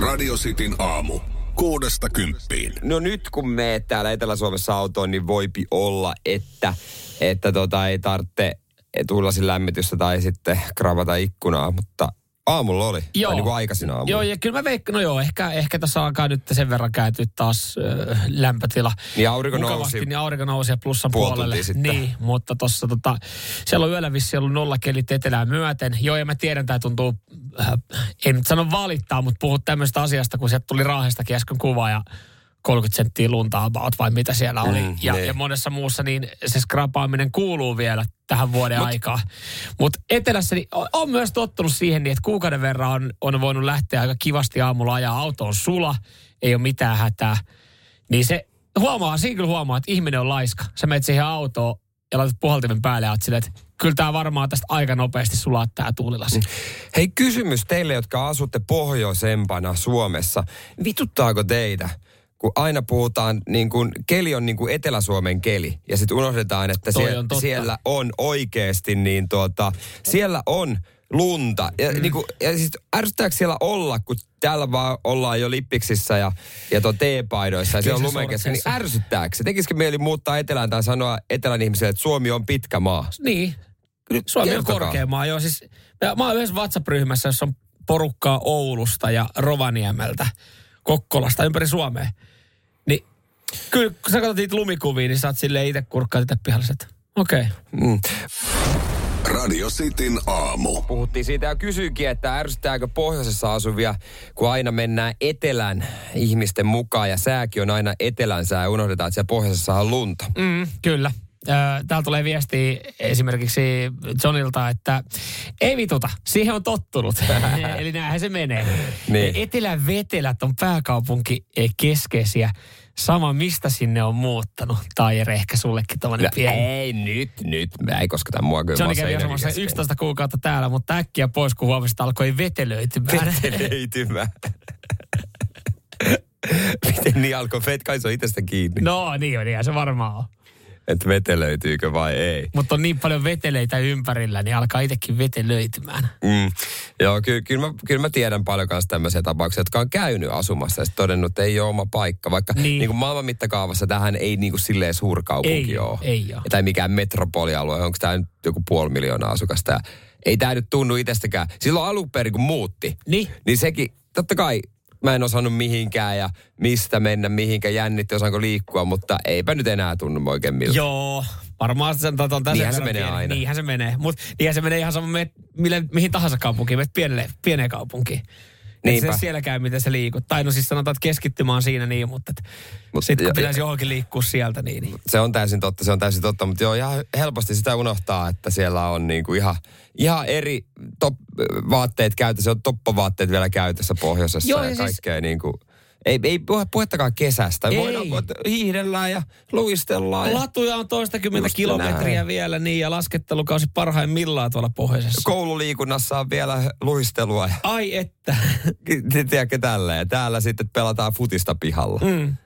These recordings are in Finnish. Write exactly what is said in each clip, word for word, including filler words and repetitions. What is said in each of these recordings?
Radio Cityn aamu. Kuudesta kymppiin. No nyt kun meet täällä Etelä-Suomessa autoon, niin voipi olla, että, että tota, ei tarvitse tullasin lämmitystä tai sitten kravata ikkunaa, mutta aamulla oli. Joo. Tai niin kuin aikaisin aamulla. Joo, ja kyllä mä veikkaan, no joo, ehkä, ehkä tässä alkaa nyt sen verran kääntyä taas äh, lämpötila. Niin aurinko mukavasti, nousi. Niin aurinko nousi ja plussan puolelle. Niin, mutta tossa tota, siellä on yöllä vissiin ollut nollakelit etelään myöten. Joo, ja mä tiedän, tää tuntuu, äh, ei nyt sano valittaa, mutta puhut tämmöistä asiasta, kun sieltä tuli Raahestakin äsken kuva ja kolmekymmentä senttiä lunta about, vai mitä siellä oli. Mm, ja, ja monessa muussa niin se skrapaaminen kuuluu vielä tähän vuoden Mut, aikaan. Mutta etelässä niin on, on myös tottunut siihen, niin että kuukauden verran on, on voinut lähteä aika kivasti aamulla ajaa. Auto on sula, ei ole mitään hätää. Niin se huomaa, siinä kyllä huomaa, että ihminen on laiska. Sä menet siihen autoon ja laitat puhaltimen päälle ja oot silleen, että kyllä tää varmaan tästä aika nopeasti sulaa tää tuulilasi. Hei, kysymys teille, jotka asutte pohjoisempana Suomessa. Vituttaako teitä? Kun aina puhutaan, niin kuin, keli on niin kuin Etelä-Suomen keli. Ja sitten unohdetaan, että sie- on siellä on oikeasti, niin tuota, siellä on lunta. Ja, mm. niin kuin, ja siis ärsyttääkö siellä olla, kun täällä vaan ollaan jo lippiksissä ja, ja tuon teepaidoissa ja siellä on lumekessa, niin ärsyttääkö se? Tekisikö mieli muuttaa etelään tai sanoa etelän ihmisille, että Suomi on pitkä maa? Niin. Suomi Kertokaa. on korkea maa, joo. Siis, mä oon yhdessä WhatsApp-ryhmässä, jossa on porukkaa Oulusta ja Rovaniemeltä, Kokkolasta ympäri Suomea. Niin kyllä, kun sä katsot niitä lumikuvia, niin sä oot silleen itse kurkkaa itse pihalliset. Okei. Okay. Mm. Radio Cityn aamu. Puhuttiin siitä ja kysyykin, että ärsyttääkö pohjoisessa asuvia, kun aina mennään etelän ihmisten mukaan ja sääkin on aina etelän sää ja unohdetaan, että siellä pohjoisessa on lunta. Mm, kyllä. Täällä tulee viestiä esimerkiksi Johnilta, että ei vituta, siihen on tottunut. Eli näinhän se menee. Niin. Etelän vetelät on pääkaupunki keskeisiä. Sama, mistä sinne on muuttanut. Tai ehkä sullekin tommonen pieni. Ei, nyt, nyt. Mä ei kosketa mua kyllä. Johnny kävi asumassa yksitoista kuukautta täällä, mutta äkkiä pois, kun huomista alkoi vetelöitymään. Vetelöitymään. Miten niin alkoi? Kai se on itsestä kiinni. No niin on, niin se varmaan on. Että vetelöityykö vai ei. Mutta on niin paljon veteleitä ympärillä, niin alkaa itsekin vetelöitymään. Mm. Joo, ky- kyllä, mä, kyllä mä tiedän paljon myös tämmöisiä tapauksia, jotka on käynyt asumassa ja todennut, että ei ole oma paikka. Vaikka niin. Niin kuin maailman mittakaavassa tähän ei niin kuin silleen suurkaupunki ei, ole. Ei ole. Tai mikään metropolialue, onko tämä nyt joku puoli miljoonaa asukasta. Ja ei tämä nyt tunnu itsestäkään. Silloin alun perin kun muutti, niin, niin sekin, totta kai, mä en osannut mihinkään ja mistä mennä, mihinkään jännitti, osaanko liikkua, mutta eipä nyt enää tunnu oikein miltä. Joo, varmaan sen on tässä. Niinhän se menee pieni. aina. Niinhän se menee, mutta niinhän se menee ihan sama, meet, mille, mihin tahansa kaupunkiin, meet pienelle, pieneen kaupunkiin. Niinpä. Se siellä käy, miten se liikut. Tai no siis sanotaan, että keskittymään siinä niin, mutta Mut, sitten kun ja, pitäisi johonkin liikkua sieltä niin, niin. Se on täysin totta, se on täysin totta, mutta joo, ihan helposti sitä unohtaa, että siellä on niinku ihan, ihan eri top, vaatteet käytössä, on toppavaatteet vielä käytössä pohjoisessa joo, ja, ja kaikkea siis, niinku. Ei, ei puhettakaan kesästä. Ei. Voidaan hiihdellään ja luistellaan. Latuja on toistakymmentä kilometriä näin. Vielä niin ja laskettelukausi parhaimmillaan tuolla pohjoisessa. Koululiikunnassa on vielä luistelua. Ai että. Tiedätkö tälleen. Täällä sitten pelataan futista pihalla. Mm.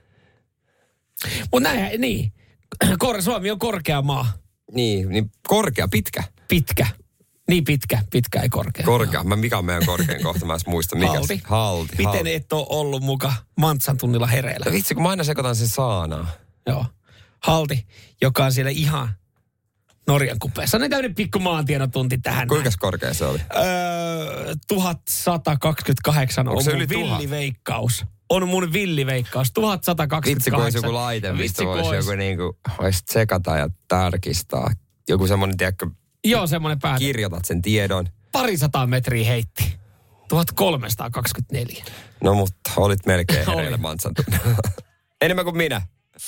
Mutta näin, niin. Kor- Suomi on korkea maa. Niin, niin korkea, pitkä. Pitkä. Niin pitkä, pitkä ei korkea. Korkea. Mä, mikä on meidän korkein kohta? Mä en muista. Mikä? Halti. Halti. Miten halti. et ole ollut muka Mantsan tunnilla hereillä? No vitsi, kun mä aina sekoitan sen saanaa. Joo. Halti, joka on siellä ihan Norjan kupeessa. On tämmöinen pikku maantienotunti tähän. Kuinka korkea se oli? Öö, tuhatsata kaksikymmentäkahdeksan on mun villiveikkaus. On mun villiveikkaus. tuhatsata kaksikymmentäkahdeksan. Vitsi, kun olisi joku laite, mistä voisi joku niinku, voisi tsekata ja tarkistaa. Joku semmoinen, tiedätkö, joo, semmoinen päätä. Kirjoitat sen tiedon. Parisataa metriä heitti. tuhatkolmesataakaksikymmentäneljä. No mutta olit melkein hereillä Mantsan tunnilla. Enemmän kuin minä.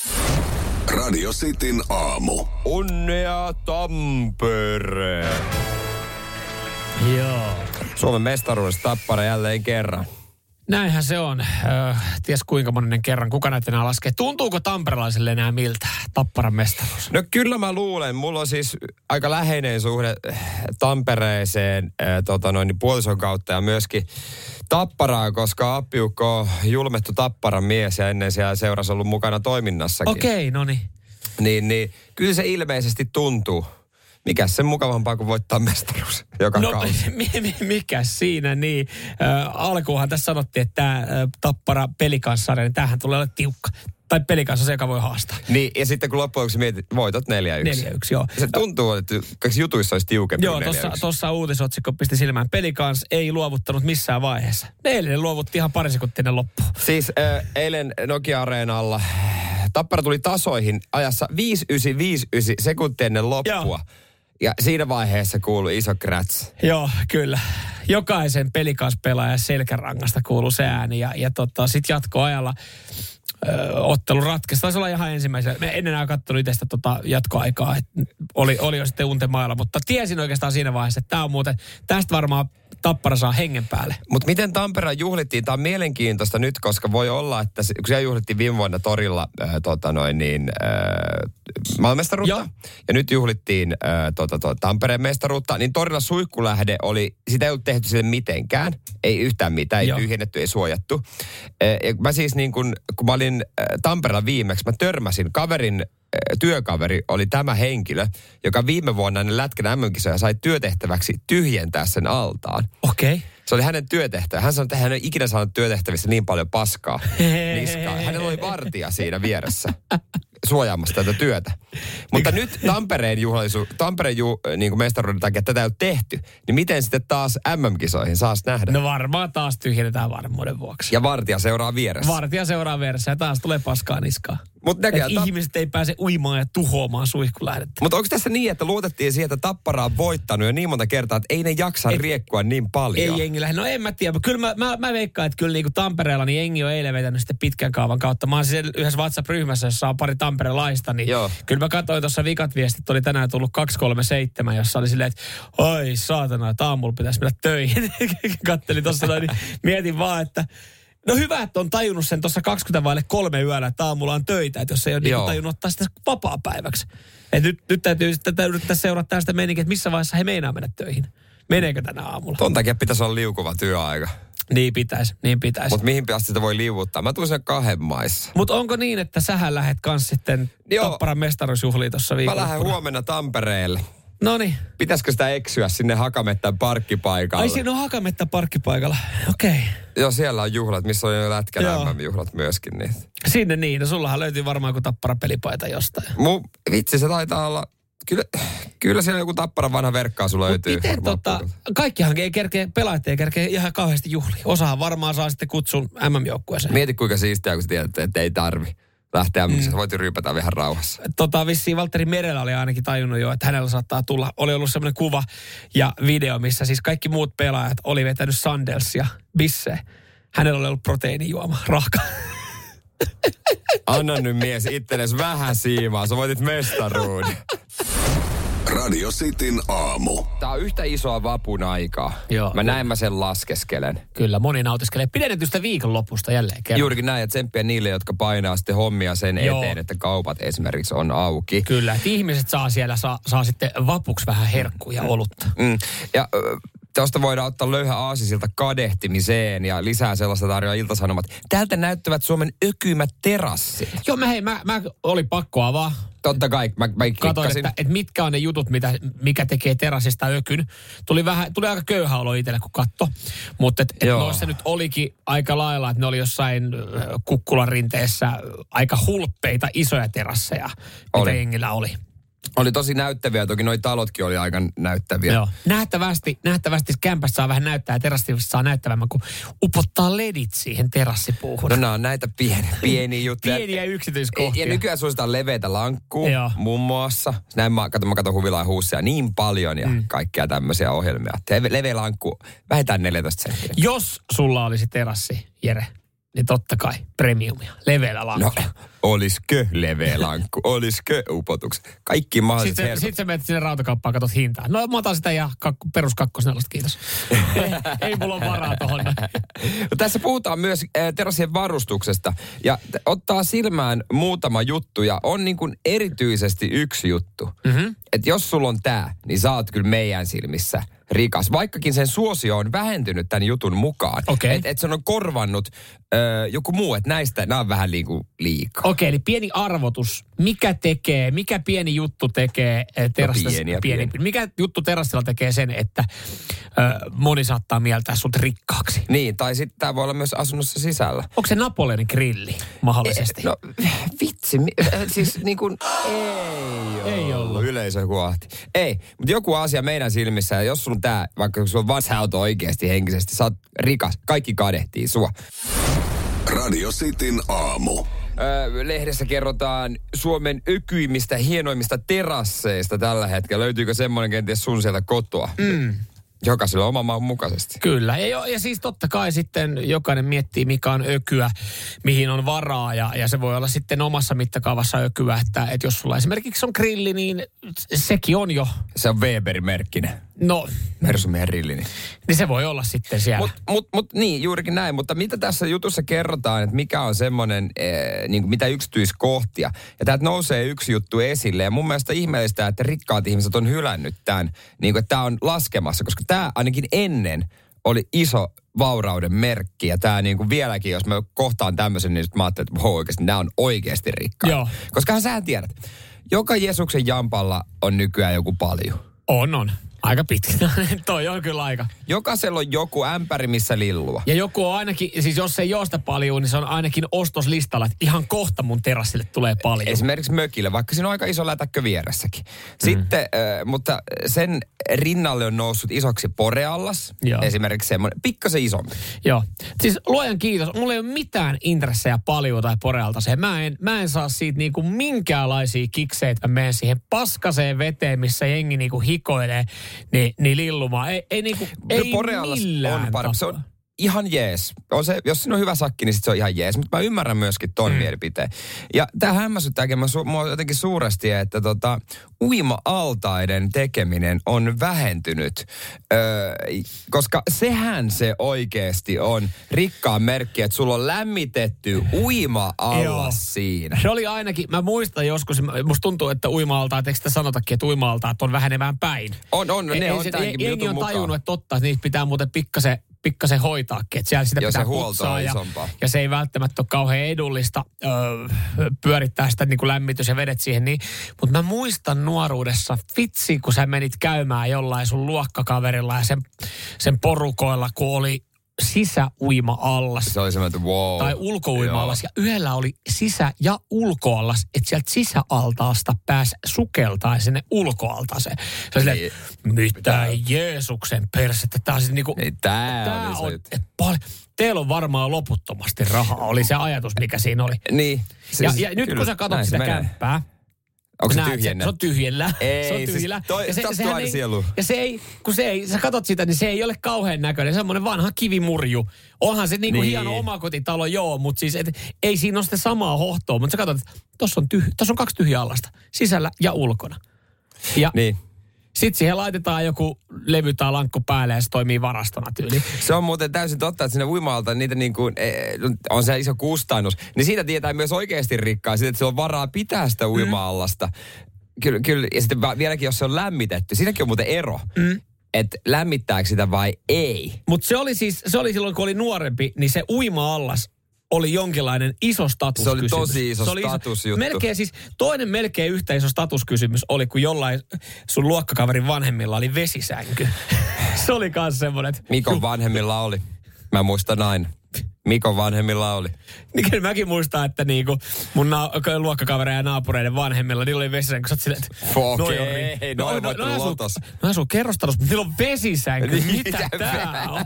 Radio Cityn aamu. Onnea Tampere. Joo. Suomen mestaruudessa Tappara jälleen kerran. Näinhän se on. Öö, ties kuinka monen kerran. Kuka näitä enää laskee? Tuntuuko tamperelaiselle enää miltä Tapparan mestaruus? No kyllä mä luulen. Mulla on siis aika läheinen suhde Tampereeseen äh, tota noin, puolison kautta ja myöskin Tapparaa, koska appiukko on julmettu Tapparan mies ja ennen siellä seurassa ollut mukana toiminnassakin. Okei, okay, no niin. Niin, niin kyllä se ilmeisesti tuntuu. mikäs sen mukavampaa kuin voittaa mestaruus joka no, kausi? Mikä siinä niin? Äh, alkuunhan tässä sanottiin, että tämä äh, Tappara Pelikans-sarja, niin tämähän tulee olla tiukka. Tai Pelikans on se, joka voi haastaa. Niin, ja sitten kun loppujen lopuksi mietit, voitot neljä yksi. neljä yksi, joo. Se tuntuu, että kaikissa jutuissa olisi tiukempi joo, tossa, tossa uutisotsikko pisti silmään. Pelikans ei luovuttanut missään vaiheessa. Ne eilen luovutti ihan pari sekuntia ennen loppuun. Siis äh, eilen Nokia-areenalla Tappara tuli tasoihin ajassa viisi yhdeksän viisi yhdeksän sekuntia ennen loppua. Joo. Ja siinä vaiheessa kuului iso kräts. Joo, kyllä. Jokaisen Pelikans-pelaajan selkärangasta kuului se ääni. Ja, ja tota, sitten jatkoajalla ö, ottelu ratkesi. Taisi olla ihan ensimmäisenä. Me ennen enää katsonut itse sitä tota jatkoaikaa. Et oli, oli jo sitten untemailla. Mutta tiesin oikeastaan siinä vaiheessa, että tämä on muuten, tästä varmaan Tappara saa hengen päälle. Mutta miten Tampereen juhlittiin? Tämä on mielenkiintoista nyt, koska voi olla, että se, kun siellä juhlittiin viime vuonna torilla äh, tota noin niin, äh, maailmestaruutta. Joo. Ja nyt juhlittiin äh, tota, tota, Tampereen mestaruutta. Niin torilla suihkulähde oli, sitä ei ollut tehty sille mitenkään. Ei yhtään mitään, ei Joo. tyhjennetty, ei suojattu. Äh, mä siis niin kun, kun mä olin äh, Tampereella viimeksi, mä törmäsin kaverin, työkaveri oli tämä henkilö, joka viime vuonna ennen Lätkän M M-kisoja sai työtehtäväksi tyhjentää sen altaan. Okei. Okay. Se oli hänen työtehtävä. Hän sanoi, että hän ei ikinä saanut työtehtävissä niin paljon paskaa niskaan. Hänellä oli vartija siinä vieressä suojaamassa tätä työtä. Mutta nyt Tampereen juhlallisu, Tampereen ju, niin kuin mestaruuden takia tätä ei ole tehty, niin miten sitten taas M M-kisoihin saas nähdä? No varmaan taas tyhjennetään varmuuden vuoksi. Ja vartija seuraa vieressä. Vartija seuraa vieressä ja taas tulee paskaa niskaan. Mut näkee, ta- ihmiset ei pääse uimaan ja tuhoamaan suihkulähdettä. Mutta onko tässä niin, että luotettiin siihen, että Tappara on voittanut jo niin monta kertaa, että ei ne jaksa Et, riekkua niin paljon? Ei jengi lähde. No en mä tiedä. Kyllä mä, mä, mä veikkaan, että kyllä niinku Tampereella niin jengi on eilen vetänyt sitten pitkän kaavan kautta. Mä oon siis yhdessä WhatsApp-ryhmässä, jossa on pari tamperelaista, niin Joo. kyllä mä katsoin tuossa vikat viestit, oli tänään tullut kaksi kolme seitsemän, jossa oli silleen, että oi saatana, että aamulla pitäisi mennä töihin. Kattelin tuossa noin, niin mietin vaan, että no hyvä, että on tajunnut sen tuossa kaksikymmentä vaille kolme yöllä, että aamulla on töitä, että jos ei ole niin tajunnut ottaa sitä vapaa-päiväksi. Et nyt, nyt täytyy sitten yrittää seurata sitä meininkiä, että missä vaiheessa he meinaa mennä töihin. Meneekö tänä aamulla? Ton takia pitäisi olla liukuva työaika. Niin pitäisi, niin pitäisi. Mutta mihin asti sitä voi liuuttaa? Mä tuun sen kahden maissa. Mutta onko niin, että sähän lähet kans sitten Joo. Tapparan mestaruusjuhliin tuossa viikolla? Mä lähden huomenna Tampereelle. Noniin. Pitäisikö sitä eksyä sinne Hakamettän parkkipaikalle? Ai siinä on Hakamettän parkkipaikalla, okei. Okay. Joo, siellä on juhlat, missä on jo Lätkän M M-juhlat myöskin. Niin. Sinne niin, no sullahan löytyy varmaan joku Tappara pelipaita jostain. Mu, vitsi, se taitaa olla, kyllä, kyllä siellä joku Tapparan vanha verkkaasu löytyy. Mut miten tota, kaikkihan ei kerkeä, pelaajat ei kerkeä ihan kauheasti juhlia. Osahan varmaan saa sitten kutsun M M-joukkueeseen. Mieti kuinka siistiä, kun sä tiedät, että ei tarvi. Lähteä, mm. sä voit ryypätä vähän rauhassa. Tota, vissiin Valtteri Merellä oli ainakin tajunnut jo, että hänellä saattaa tulla. Oli ollut semmoinen kuva ja video, missä siis kaikki muut pelaajat oli vetänyt Sandelsia, bissejä. Hänellä oli ollut proteiinijuoma, rahka. Anna nyt mies itsellesi vähän siimaa, sä voitit mestaruuden. Radio Cityn aamu. Tää on yhtä isoa vapun aikaa. Joo. Mä näin mä sen laskeskelen. Kyllä, moni nautiskelee pidennetystä viikonlopusta jälleen kerran. Juurikin näin, että tsemppiä niille, jotka painaa sitten hommia sen Joo. eteen, että kaupat esimerkiksi on auki. Kyllä, että ihmiset saa siellä, saa, saa sitten vapuksi vähän herkkuja olutta. Mm. Ja tuosta voidaan ottaa löyhä aasisilta kadehtimiseen ja lisää sellaista tarjoaa Ilta-Sanomat. Täältä näyttävät Suomen ökymät terassit. Joo, mä hei, mä, mä oli pakko avaa. Totta kai, mä, mä Katoin, että, että mitkä on ne jutut, mitä, mikä tekee terassista ökyn. Tuli vähän, tuli aika köyhä olo itselle, kun katto. Mutta et, et noissa nyt olikin aika lailla, että ne oli jossain kukkulan rinteessä aika hulppeita isoja terasseja, oli. Mitä jengillä oli. Oli tosi näyttäviä, toki noi talotkin oli aika näyttäviä. Joo. Nähtävästi, nähtävästi kämpästä saa vähän näyttää ja terassista saa näyttävämmän, kun upottaa ledit siihen terassipuuhun. No nämä on näitä pieni, pieniä juttuja. Pieniä yksityiskohtia. Ja nykyään suositaan leveitä lankkuu, muun muassa. Näin mä katson, mä katson Huvilaan huussia niin paljon ja mm. kaikkia tämmöisiä ohjelmia. Leveä lankku, vähintään neljätoista senttiä. Jos sulla olisi terassi, Jere, niin totta kai premiumia, leveällä lankku. No, oliskö leveä lankku, oliskö upotukset, kaikki mahdolliset Sitten sit sä menet sinne rautakauppaan, katsot hintaa. No mä otan sitä ja kakku, perus kakkosnelosta, kiitos. ei, ei mulla ole varaa tohon. No, tässä puhutaan myös äh, terassien varustuksesta ja t- ottaa silmään muutama juttu ja on niin kuin erityisesti yksi juttu. Mm-hmm. Että jos sulla on tää, niin sä oot kyllä meidän silmissä rikas. Vaikkakin sen suosio on vähentynyt tämän jutun mukaan. Okay. Että et sen on korvannut ö, joku muu, että näistä nämä on vähän liiku liikaa. Okei, okay, eli pieni arvotus. Mikä tekee, mikä pieni juttu tekee terassilla? No pieni, pieni, pieni. Mikä juttu terassilla tekee sen, että ö, moni saattaa mieltää sut rikkaaksi? Niin, tai sitten tämä voi olla myös asunnossa sisällä. Onko se Napoleonin grilli mahdollisesti? E, no vitsi, siis niin kuin ei, ei ollut. Yleisö huolehti. Ei, mutta joku asia meidän silmissä, ja jos sun tää, vaikka sulla on vaan sä oot oikeasti henkisesti, sä oot rikas, kaikki kadehtii sua. Radio Cityn aamu. Öö, lehdessä kerrotaan Suomen ökyimmistä, hienoimmista terasseista tällä hetkellä. Löytyykö semmoinen kenties sun sieltä kotoa? Mm. Jokaisella oman maan mukaisesti. Kyllä. Ja, ja siis totta kai sitten jokainen miettii, mikä on ökyä, mihin on varaa. Ja, ja se voi olla sitten omassa mittakaavassa ökyä, että, että jos sulla esimerkiksi on grilli, niin sekin on jo. Se on Weber-merkkinen. No. Mersumiehen rilli. Niin. niin se voi olla sitten siellä. Mutta mut, mut, niin, juurikin näin. Mutta mitä tässä jutussa kerrotaan, että mikä on semmoinen, eh, niin kuin mitä yksityiskohtia. Ja täältä nousee yksi juttu esille. Ja mun mielestä ihmeellistä, että rikkaat ihmiset on hylännyt tämän, niin kuin, että tämä on laskemassa. Koska tämä ainakin ennen oli iso vaurauden merkki. Ja tämä niin kuin vieläkin, jos mä kohtaan tämmöisen, niin mä ajattelin, että oikeasti, nämä on oikeasti rikkaat. Joo. Koska sähän tiedät, joka Jeesuksen jampalla on nykyään joku paljon. On, on. Aika pitkä. Toi on kyllä aika. Jokaisella on joku ämpäri, missä lillua. Ja joku on ainakin, siis jos ei joosta paljon, niin se on ainakin ostoslistalla, että ihan kohta mun terassille tulee paljon. Esimerkiksi mökille, vaikka siinä on aika iso lätäkkö vieressäkin. Sitten, mm. äh, mutta sen rinnalle on noussut isoksi poreallas. Joo. Esimerkiksi semmoinen, pikkasen isompi. Joo. Siis luojan kiitos, mulla ei ole mitään intressejä paljon tai porealtaseen. Mä en, mä en saa siitä niinku minkäänlaisia kikseitä. Mä menen siihen paskaseen veteen, missä jengi niinku hikoilee. Niin, niin lillumaan. Ei, ei, niinku, ei millään on parempi. Se on ihan jees. On se, jos siinä on hyvä sakki, niin sit se on ihan jees. Mutta mä ymmärrän myöskin ton mm. mielipiteen. Ja tää hämmästyttääkin mua jotenkin suuresti, että tota, uima-altaiden tekeminen on vähentynyt. Öö, koska sehän se oikeesti on rikkaan merkki, että sulla on lämmitetty uima-allas siinä. Se oli ainakin, mä muistan joskus, musta tuntuu, että uima-altaat, eikö sitä sanotakin, että uima-altaat on vähenemään päin. On, on, ne ei, on se, tämänkin jutun mukaan. Jengi on tajunnut, että totta, että niitä pitää muuten pikkasen pikkasen hoitaakin, että siellä sitä Joo, pitää se putsaa ja, ja se ei välttämättä ole kauhean edullista öö, pyörittää sitä niin kuin lämmitys ja vedet siihen. Niin. Mutta mä muistan nuoruudessa, vitsi kun sä menit käymään jollain sun luokkakaverilla ja sen, sen porukoilla, kun oli sisäuima-allas. Se oli semmoinen, wow. Tai ulkouima-allas. Ja yhdellä oli sisä- ja ulkoallas, että sieltä sisäaltaasta pääsi sukeltaa sinne ulkoaltaaseen. Se oli silleen, mitä Pitää. Jeesuksen persettä. Tää on siis niinku... Ei, tää, tää on, on et pal- teillä on varmaan loputtomasti rahaa, oli se ajatus, mikä siinä oli. Niin. Siis, ja, ja nyt kun sä katsot sitä kämppää, onko se näet, tyhjennä? Se, se on tyhjellä. Ei, se on tyhjellä. Siis toi, ja se, sehän ei, sielu. ja se ei, kun se ei, sä katot sitä, niin se ei ole kauhean näköinen. Semmoinen vanha kivimurju. Onhan se niinku niin. hieno omakotitalo, joo, mutta siis et, ei siinä ole sitä samaa hohtoa. Mutta sä katsot, että tossa on, tyh, tossa on kaksi tyhjää allasta, sisällä ja ulkona. Ja niin. Sitten siihen laitetaan joku levy tai lankku päälle ja se toimii varastona tyyli. Se on muuten täysin totta, että sinne uima-alta niitä niin kuin, on se iso kustannus. Niin siitä tietää myös oikeasti rikkaa, siitä, että se on varaa pitää sitä uima-allasta. Mm. Kyllä, kyllä, ja sitten vieläkin, jos se on lämmitetty, siinäkin on muuten ero. Mm. Että lämmittääkö sitä vai ei. Mutta se oli siis, se oli silloin kun oli nuorempi, niin se uima-allas oli jonkinlainen iso statuskysymys. Se oli tosi iso statusjuttu. Melkein siis, toinen melkein yhtä iso statuskysymys oli, kun jollain sun luokkakaverin vanhemmilla oli vesisänky. Se oli kans semmoinen. Mikon vanhemmilla oli. Mä muistan aina. Mikon vanhemmilla oli. Niin mäkin muistan, että niinku mun na- luokkakavereiden ja naapureiden vanhemmilla, niillä oli vesisänky. Sä oot silleen, että okei, okay. no, no, no, no, no, asuu, no asuu kerrostalossa, mutta niillä on vesisänky. Mitä tää on?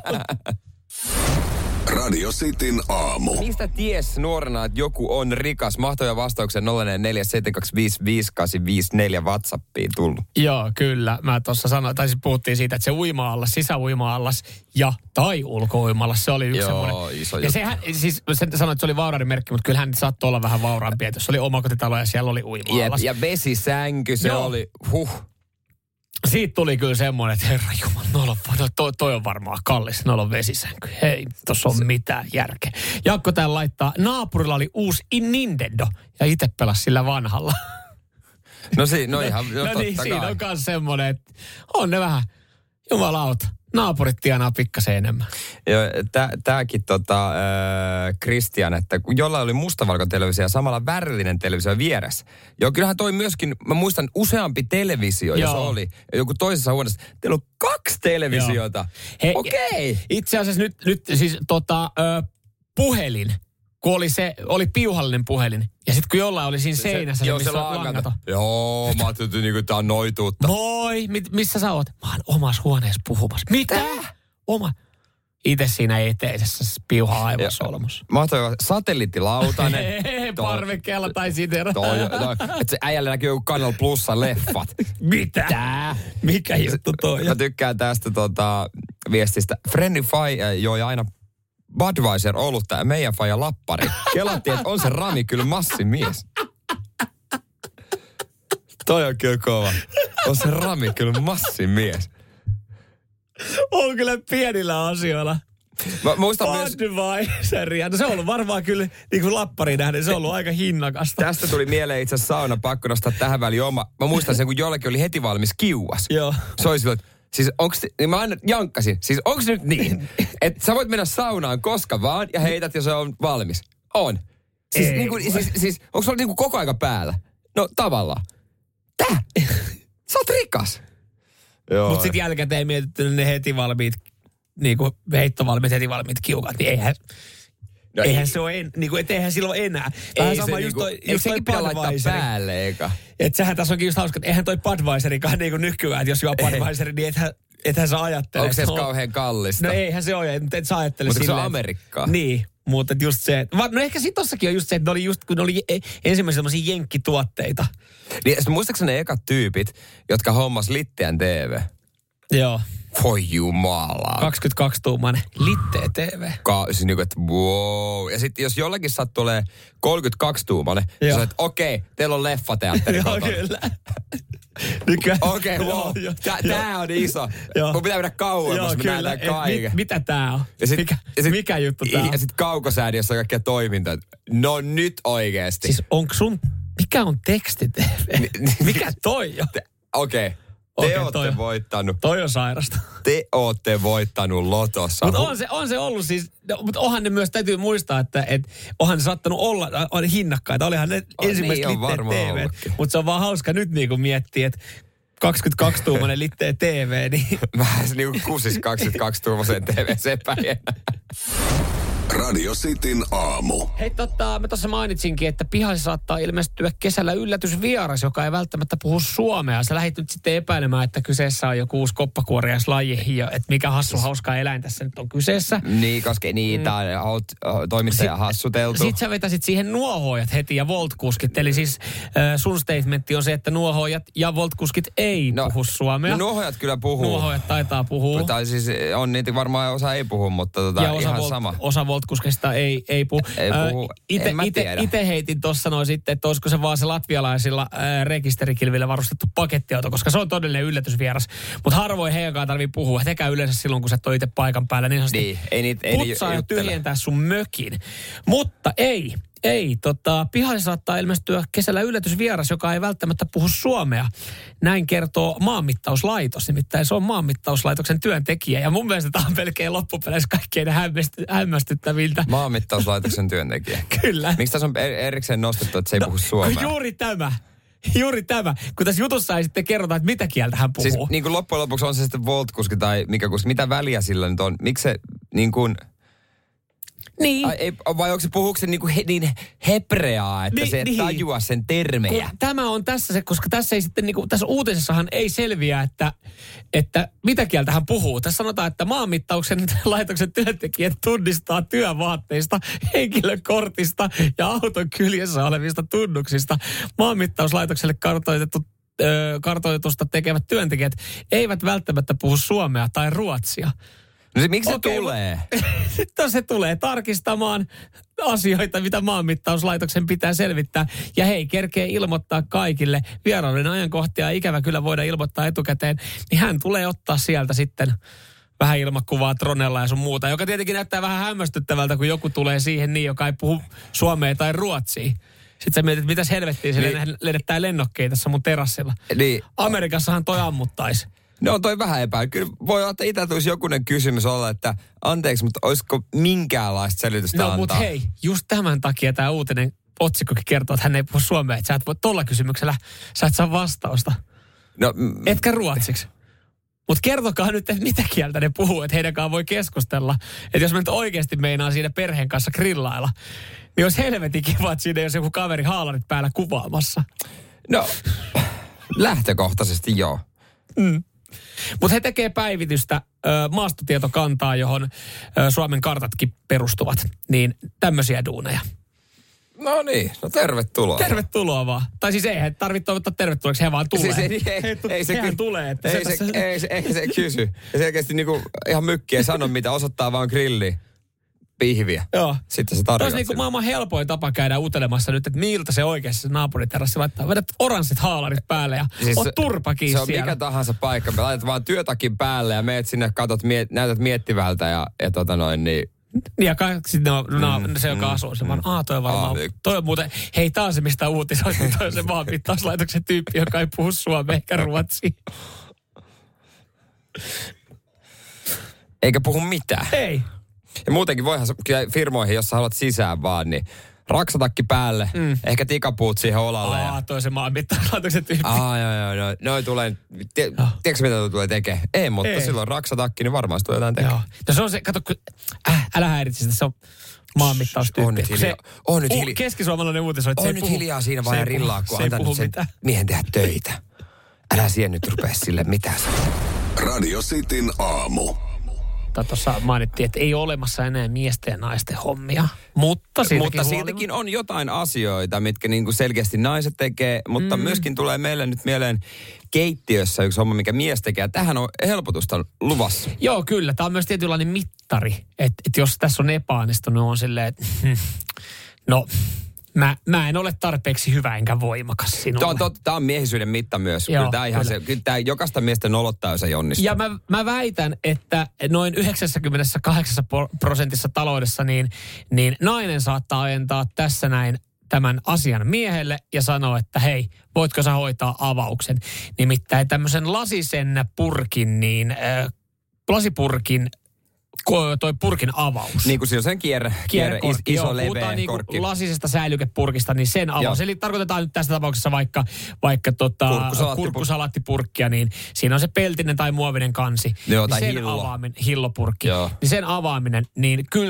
Radio Cityn aamu. Mistä ties nuorena, että joku on rikas? Mahtavia vastauksia nolla neljä seitsemän kaksi viisi viisi kahdeksan viisi neljä WhatsAppiin tullut. Joo, kyllä. Mä tuossa sanoin, tai siis puhuttiin siitä, että se uima-allas, sisäuima-allas ja tai ulko-uima-allas, se oli yksi Joo, semmoinen. iso ja sehän, siis sen sanoit, että se oli vaurauden merkki, mutta kyllähän nyt saattoi olla vähän vauraampi, että jos oli omakotitalo ja siellä oli uima-allas. Ja, ja vesisänky, se Joo. oli, huh. Siitä tuli kyllä semmoinen, että herra jumala, no, no, toi, toi on varmaan kallis, noilla on vesisänky. Hei, tossa on mitään järkeä. Jaakko täällä laittaa, naapurilla oli uusi Nintendo ja itse pelasi sillä vanhalla. No, si, no ihan, no, no niin, siinä on myös semmoinen, että on ne vähän, jumalauta. Naapurit tienaa pikkasen enemmän. Joo, tääkin tota, Kristian, äh, että kun jollain oli mustavalkotelevisio ja samalla värillinen televisio vieressä. Joo, kyllähän toi myöskin, mä muistan useampi televisio, jos Joo. oli joku toisessa huoneessa. Teillä on kaksi televisiota. Okei. Okay. Itse asiassa nyt, nyt siis tota, ö, puhelin, kun oli se, oli piuhallinen puhelin. Ja sitten kun jollain oli siinä seinässä, se, se, missä se on langaton. Joo, mä ajattelin, että niinku tää on noituutta. Moi, mit, missä sä oot? Mä oon omassa huoneessa puhumassa. Mitä? Oma. Itse siinä eteisessä piuha aivan solmus. Mahtavaa, satelliittilautanen. Parvekkeella tai sitera. Että se äijälle näkyy joku Kanal Plussa leffat. Mitä? Tää? Mikä juttu toi? Mä tykkään tästä tota, viestistä. Friendly Fire joi aina Budweiser olutta ja meidän faija lappari. Kelattiin, että on se Rami kyllä massimies. Toi on kyllä kova. On se Rami kyllä massimies. On kyllä pienillä asioilla. Mä muistan myös... Budweiseria. No se on ollut varmaan kyllä, niin kuin lappari nähden, se on ollut aika hinnakasta. Tästä tuli mieleen itse asiassa sauna, pakko nostaa tähän väliin oma. Mä muistan sen, kun jollekin oli heti valmis kiuas. Joo. Se oli silloin, että siis onks, niin mä aina jankkasin, siis onks nyt niin, että sä voit mennä saunaan koska vaan ja heität ja se on valmis. On. Siis, niin kuin, siis, siis onko se ollut niin kuin koko aika päällä? No tavallaan. Tää? Sä oot rikas. Mutta sitten jälkikäteen ei mietitty ne heti valmiit, niin kuin heittovalmiit, heti valmiit kiukat, niin eihän, no eihän ei. se ole, en, niin kuin, et eihän silloin enää. Vähän ei sama se just niinku, toi, just toi Budweiser. päälle, eikä. Että sehän tässä onkin just hauska, että eihän toi Budweiserikaan niin kuin nykyään, että jos juo Budweiseri, niin ethän, ethän sä ajattele. Onko se on kauhean kallista? No eihän se ole, että et sä ajattele silleen. Mutta se on Amerikkaa. Niin. Mutta just se, no ehkä sit tossakin on just se, että ne oli just, kun ne oli ensimmäisiä semmosia jenkkituotteita. Niin, muistaakseni ne ekat tyypit, jotka hommas Litteän T V? Joo. Voi jumala. kaksikymmentäkaksi-tuumainen Litteä T V. Ka- siis niinku, että wow. Ja sitten jos jollakin sattuu olemaan kolmekymmentäkaksi-tuumainen, niin sä olet, okei, okay, teillä on leffateatteri kotona. Joo, kyllä. Okei, okay, wow. Tää, tää on iso. Joo. Mun pitää mennä kauemmas, me nähdään kaiken. Mit, mitä tää on? Ja sit, mikä, ja sit, mikä juttu tää on? Ja sit kaukosäädiössä on kaikkea toimintaa. No nyt oikeesti. Siis onko sun, mikä on teksti-T V? Mikä toi on? Okei. Okay. Te okay, ootte toi, voittanut. Toi on sairasta. Te ootte voittanut lotossa. Mutta on se, on se ollut siis, no, mutta onhan ne myös täytyy muistaa, että et, onhan ne saattanut olla on hinnakkaita. Olihan ne oh, ensimmäiset niin Litteet T V. Mutta se on vaan hauska nyt niinku miettiä, että kaksikymmentäkaksi-tuumainen Litteet T V. Niin... Vähän se niinku kuusis kaksikymmentäkaksi-tuumaisen T V-sepäjänä. Radio Cityn aamu. Hei totta, mä tuossa mainitsinkin, että pihassa saattaa ilmestyä kesällä yllätysvieras, joka ei välttämättä puhu suomea. Sä lähdit nyt sitten epäilemään, että kyseessä on joku uusi koppakuoriaislaji ja että mikä hassu hauska eläin tässä nyt on kyseessä. Niin, koska niitä on mm. toimittaja sit, hassuteltu. Sitten sä vetäsit siihen nuohoojat heti ja voltkuskit. Eli siis äh, sun statementti on se, että nuohoojat ja voltkuskit ei no, puhu suomea. No nuohoojat kyllä puhuu. Nuohoojat taitaa puhua. Tai siis on niitä varmaan osa ei puhu, mutta tota, ja ihan volt, sama. Osa voltkuskeista ei, ei puhu. Ei puhu. Ite, en mä ite, tiedä. Itse heitin tuossa noin sitten, että olisiko se vaan se latvialaisilla ää, rekisterikilvillä varustettu pakettiauto, koska se on todellinen yllätysvieras. Mutta harvoin heidän kanssa tarvii puhua. Tekää yleensä silloin, kun sä oot itse paikan päällä. Niin, niin ei niitä ei putsaa ja tyhjentää sun mökin. Mutta ei. Ei, tota, pihalle saattaa ilmestyä kesällä yllätysvieras, joka ei välttämättä puhu suomea. Näin kertoo maanmittauslaitos, nimittäin se on maanmittauslaitoksen työntekijä. Ja mun mielestä tämä on melkein loppupeleissä kaikkein hämmästyttäviltä. Maanmittauslaitoksen työntekijä? Kyllä. Miksi tässä on erikseen nostettu, että se ei no, puhu suomea? Juuri tämä. Juuri tämä. Kun tässä jutussa ei sitten kerrota, että mitä kieltä hän puhuu. Siis niin kuin loppujen lopuksi on se sitten voltkuski tai mikä kuski. Mitä väliä sillä nyt on? Miksi se niin kuin... Niin. Ai, ei, vai onko se, puhuuko se niinku he, niin hebreaa, että niin, se niin. tajua sen termejä? Kun tämä on tässä se, koska tässä ei sitten niinku, tässä uutisessahan ei selviä, että, että mitä kieltä hän puhuu. Tässä sanotaan, että maanmittauksen laitoksen työntekijät tunnistaa työvaatteista, henkilökortista ja auton kyljessä olevista tunnuksista. Maanmittauslaitokselle kartoitettu ö, kartoitusta tekevät työntekijät eivät välttämättä puhu suomea tai ruotsia. No se, miksi okay, se tulee? Sitten se tulee tarkistamaan asioita, mitä maanmittauslaitoksen pitää selvittää. Ja hei, kerkee ilmoittaa kaikille. Vierauden ajankohtia ikävä kyllä voida ilmoittaa etukäteen. Niin hän tulee ottaa sieltä sitten vähän ilmakuvaa Tronella ja sun muuta. Joka tietenkin näyttää vähän hämmästyttävältä, kun joku tulee siihen niin, joka ei puhu suomea tai ruotsia. Sitten sä mietit, mitäs helvettiä se niin. Lennettää lennokkeja tässä mun terassilla. Niin. Amerikassahan toi ammuttaisi. No on toi vähän epäily. Kyllä voi olla, että itse tulisi jokunen kysymys olla, että anteeksi, mutta olisiko minkäänlaista selitystä no, antaa? No mutta hei, just tämän takia tämä uutinen otsikkokin kertoo, että hän ei puhu suomea. Että sä et voi tolla kysymyksellä, sä et saa vastausta. No, m- Etkä ruotsiksi. Mutta kertokaa nyt, että mitä kieltä ne puhuu, että heidän kanssaan voi keskustella. Että jos me nyt oikeasti meinaa siinä perheen kanssa grillailla, niin olisi helvetin kiva, että siinä jos joku kaveri haalarit päällä kuvaamassa. No, lähtökohtaisesti joo. Mm. Mutta he tekee päivitystä ö, maastotietokantaa, johon ö, Suomen kartatkin perustuvat. Niin tämmöisiä duuneja. No niin, no tervetuloa. Tervetuloa vaan. Tai siis ei he tarvitse toivottaa tervetulleeksi, he vaan tulee. Siis ei, ei, ei, ei se ky- tulee. Että ei, se, se, ei, se, ei se kysy. Ja selkeästi niinku ihan mykkiä sano, mitä osoittaa vaan grilli. Pihviä. Joo. Sitten se tarjoaa. Tämä on niinku maailman helpoin tapa käydä utelemassa nyt, että miltä se oikeasti se naapuriterassi laittaa. Vedät oranssit haalarit päälle ja siis oot turpakin siellä. Se on siellä. mikä tahansa paikka. Me laitat vaan työtakin päälle ja meet sinne, katot, miet, näytät miettivältä ja, ja tota noin, niin... Ja sitten no, no, mm, se, joka mm, asuu, se vaan, aah, toi on varmaan, Aa, toi on muuten, hei taas se mistä uutisoit, toi on se maanmittauslaitoksen tyyppi, joka ei puhu suomea eikä ruotsia. Eikä puhu mitään. Ei. Ja muutenkin voihan kyllä firmoihin, jos sä haluat sisään vaan, niin raksatakki päälle, mm. ehkä tikapuut siihen olalle. Aa, ja... toi se maanmittauslaitoksen tyyppi. Aa, joo, joo, joo. Noi tulee, tie, oh. tiedätkö mitä toi tulee tekemään? Ei, mutta Ei. silloin raksatakki, niin varmaan se tulee jotain tekemään. Joo. No se on se, kato, kun, äh, älä häiritse sitä, se on maanmittaustyyppi. On nyt hiljaa. On nyt hiljaa. Keskisuomalainen uutisoit, on nyt puhu. hiljaa siinä vaan ja rillaa, kun antaa nyt sen miehen tehdä töitä. Älä siihen nyt rupea sille mitään sanoa. Radio Cityn aamu. Tuossa mainittiin, että ei ole olemassa enää miesten ja naisten hommia, mutta siltäkin, mutta siltäkin on jotain asioita, mitkä niinku selkeästi naiset tekee, mutta mm. myöskin tulee meille nyt mieleen keittiössä yksi homma, mikä mies tekee. Tähän on helpotusta luvassa. Joo, kyllä. Tämä on myös tietynlainen mittari, että, että jos tässä on epäonnistunut, on silleen, että no... Mä, mä en ole tarpeeksi hyvä enkä voimakas sinulle. Tämä, tämä on miehisyyden mitta myös. Joo, kyllä tämä, ihan kyllä. Se, kyllä tämä jokaista miestä nolottaa, jos ei onnistu. Ja mä, mä väitän, että noin yhdeksänkymmentäkahdeksan prosentissa taloudessa niin, niin nainen saattaa ajentaa tässä näin tämän asian miehelle ja sanoa, että hei, voitko sä hoitaa avauksen. Nimittäin tämmöisen lasisen purkin, niin äh, lasipurkin, toi purkin avaus. Niin kuin siinä on sen kierre, kierre is, iso joo, leveä niin korkki. Lasisesta säilykepurkista, niin sen avaus. Joo. Eli tarkoitetaan nyt tässä tapauksessa vaikka, vaikka tota, kurkkusalattipurkkia, niin siinä on se peltinen tai muovinen kansi. Joo, niin tai sen hillo. Avaaminen, hillopurkki. Joo. Niin sen avaaminen, niin kyllä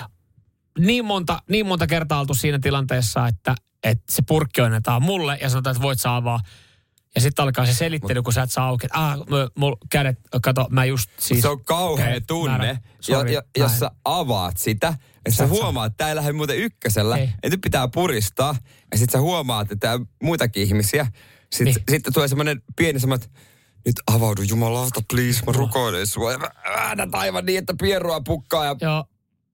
niin monta, niin monta kertaa oltu siinä tilanteessa, että, että se purkki annetaan mulle ja sanotaan, että voit sä avaa. Ja sitten alkaa se selittely, kun sä et saa auki. Ah, mulla kädet, kato, mä just siis... Se on kauhea tunne, Sorry, jo, jo, jos sä avaat sitä, ja sä huomaat, että tää ei lähde muuten ykkösellä, ja nyt pitää puristaa, ja sit sä huomaat, että tää on muitakin ihmisiä. Sitten niin. sit tulee semmoinen pieni semmoinen, nyt avaudu jumalauta, please, mä rukoilen sua. Ja mä äännät aivan niin, että pierua pukkaa ja... Joo.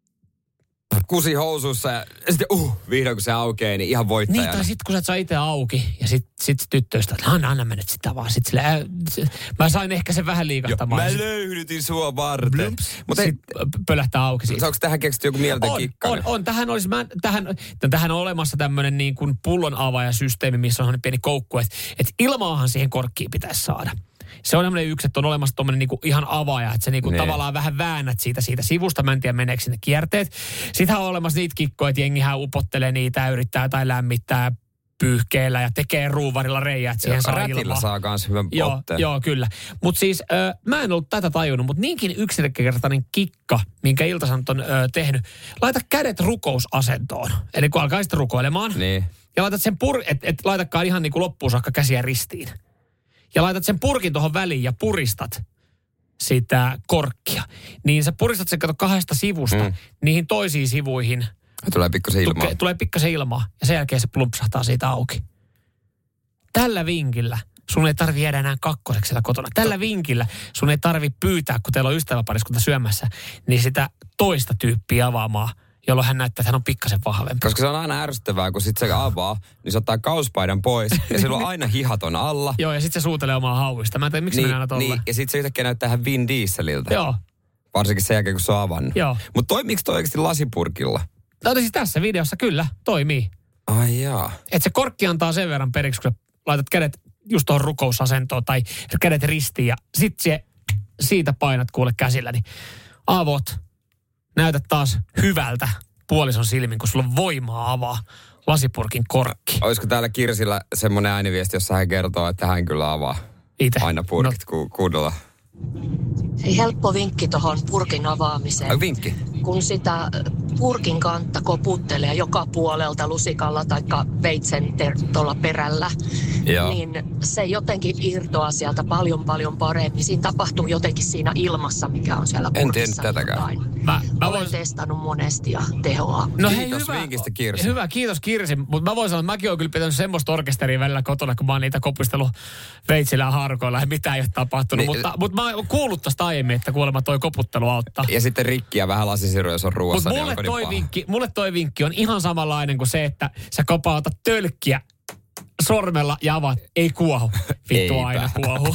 Kusi housussa ja sitten uh, vihdoin kun se aukeaa, niin ihan voittajana. Niin, tai sitten kun sä et saa itse auki ja sitten sit tyttöystä, että anna, anna mä nyt sitä vaan. Sit sille, äh, mä sain ehkä sen vähän liikahtamaan. Mä löydytin sua varten. Mutta sitten pölähtää auki siitä. Saanko tähän keksitty joku mieletön kikka? On, on. Tähän, olisi, mä, tähän, tähän on olemassa tämmöinen niin kuin pullon avaajasysteemi, missä on pieni koukku, että, että ilmaahan siihen korkkiin pitäisi saada. Se on semmoinen yksi, että on olemassa tuommoinen niinku ihan avaaja, että sä niinku tavallaan vähän väännät siitä, siitä sivusta. Mä en tiedä, meneekö sinne kierteet. Sittenhän on olemassa niitä kikkoja, että jengihän upottelee niitä, yrittää tai lämmittää pyyhkeellä ja tekee ruuvarilla reijää, että siihen saa ilmaa. Rätillä saa kans hyvän joo, otteen. Joo, kyllä. Mutta siis ö, mä en ollut tätä tajunnut, mutta niinkin yksinkertainen kikka, minkä Ilta-Sanomat on ö, tehnyt. Laita kädet rukousasentoon. Eli kun alkaa sitten rukoilemaan. Niin. Ja laitat sen pur... Että et laitakaan ihan niin kuin loppuun saakka käsiä ristiin. Ja laitat sen purkin tuohon väliin ja puristat sitä korkkia. Niin sä puristat sen kato kahdesta sivusta mm. niihin toisiin sivuihin. Tulee pikkasen ilmaa. Tuke, tulee pikkasen ilmaa ja sen jälkeen se plumpsahtaa siitä auki. Tällä vinkillä sun ei tarvi jäädä enää kakkoseksi siellä kotona. Tällä vinkillä sun ei tarvi pyytää, kun teillä on ystäväpariskunta syömässä, niin sitä toista tyyppiä avaamaan, jolloin hän näyttää, että hän on pikkasen vahvempi. Koska se on aina ärsyttävää, kun sit se avaa, niin se ottaa kauspaidan pois ja sillä on aina hihaton alla. Joo, ja sitten se suutelee omaa hauista. Mä en tiedä, miksi niin, mennään aina tolleen. Niin, ja sitten se yhtäkkiä näyttää ihan Vin Dieseliltä. Joo. Varsinkin sen jälkeen, kun se on avannut. Joo. Mutta toimiiko toi oikeasti lasipurkilla? No siis tässä videossa kyllä toimii. Ai jaa. Että se korkki antaa sen verran periksi, kun sä laitat kädet just tuohon rukousasentoon tai kädet ristiin ja sit se, siitä painat kuule käsillä, niin avot, näytät taas hyvältä puolison silmin, kun sulla on voimaa avaa lasipurkin korkki. Olisiko täällä Kirsillä semmoinen ääniviesti, jossa hän kertoo, että hän kyllä avaa Ite. aina purkit no. ku, kuunnella? Helppo vinkki tuohon purkin avaamiseen. Ai, vinkki? Kun sitä purkin kantta koputtelee joka puolelta lusikalla tai veitsen tuolla perällä, Joo. niin se jotenkin irtoaa sieltä paljon paljon paremmin. Siinä tapahtuu jotenkin siinä ilmassa, mikä on siellä purkissa. En tiedä tätäkään. Mä, mä Olen vois... testannut monesti ja tehoa. No kiitos hei, vinkistä, Kirsi. Hyvä, kiitos Kirsi. Mutta mä voin sanoa, että mäkin oon kyllä pitänyt semmoista orkesteria välillä kotona, kun mä oon niitä kopustellut veitsillä ja harkoilla ja mitään ei ole tapahtunut. Niin, mutta, mutta mä oon kuullut tästä aiemmin, että kuulemma toi koputtelu auttaa. Ja sitten rikkiä vähän lasisiru, jos on ruoassa. Mutta mulle, niin toi niin vinkki, mulle toi vinkki on ihan samanlainen kuin se, että sä kopautat tölkkiä sormella ja avaat. Ei kuohu. Vittu aina kuohu.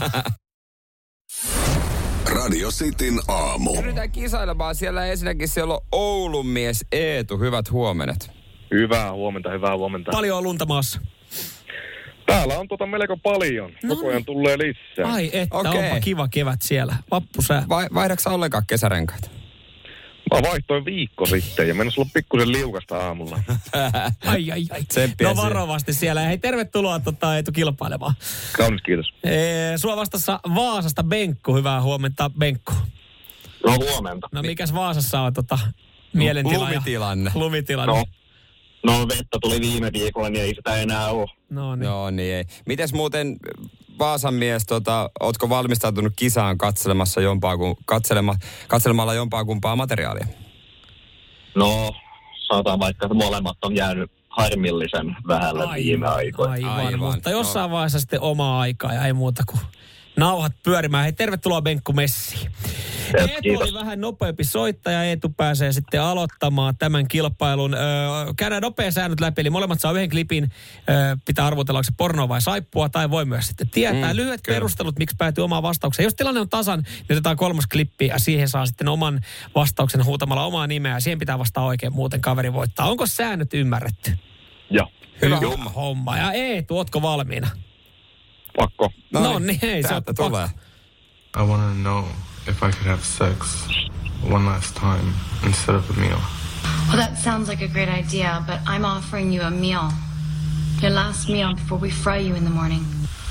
Radio Cityn aamu. Yritetään kisailemaan. Siellä ensinnäkin siellä on Oulun mies Eetu. Hyvät huomenet. Hyvää huomenta, hyvää huomenta. Paljon on lunta maassa. Täällä on tota melko paljon. No. Koko ajan tulee lisää. Ai että, Okei. onpa kiva kevät siellä. Vappusää. Vai, vaihdaksä ollenkaan kesärenkaita? Mä vaihtoin viikko sitten ja mennessä olla pikkusen liukasta aamulla. Ai, ai, ai. Tsemppiä no varovasti siellä. Hei, tervetuloa tota, Eetu kilpailemaan. Kaunis, kiitos. Ee, sua vastassa Vaasasta Benkku. Hyvää huomenta, Benkku. No huomenta. No mikäs Vaasassa on tota, mielentila? Lumitilanne. Ja, lumitilanne. No. No vettä tuli viime viikolla, niin ei sitä enää ole. No niin. Joo, niin ei. Mites muuten Vaasan mies, tota, ootko valmistautunut kisaan katselemassa jompaa, kun, katselema, katselemalla jompaa kumpaa materiaalia? No, sanotaan vaikka, että molemmat on jäänyt harmillisen vähälle aivan, viime aikoina. Aivan, aivan. mutta jossain no. vaiheessa sitten omaa aikaa ja ei muuta kuin nauhat pyörimään. Hei, tervetuloa Benkku messiin. Yes, Eetu kiitos. oli vähän nopeampi soittaja. Eetu pääsee sitten aloittamaan tämän kilpailun. Öö, käydään nopea säännöt läpi. Eli molemmat saa yhden klipin. Öö, pitää arvotella, onko se pornoa vai saippua. Tai voi myös sitten tietää. Mm, Lyhyet kyllä. perustelut, miksi päätyy omaan vastaukseen. Jos tilanne on tasan, niin otetaan kolmas klippi. Ja siihen saa sitten oman vastauksen huutamalla omaa nimeä. Siihen pitää vastaa oikein, muuten kaveri voittaa. Onko säännöt ymmärretty? Joo. Hyvä homma. homma. Ja Eetu, ootko valmiina? Pakko. No, no niin, hei, se on tulee. I want to know if I could have sex one last time instead of a meal. Well, that sounds like a great idea, but I'm offering you a meal. Your last meal before we fry you in the morning.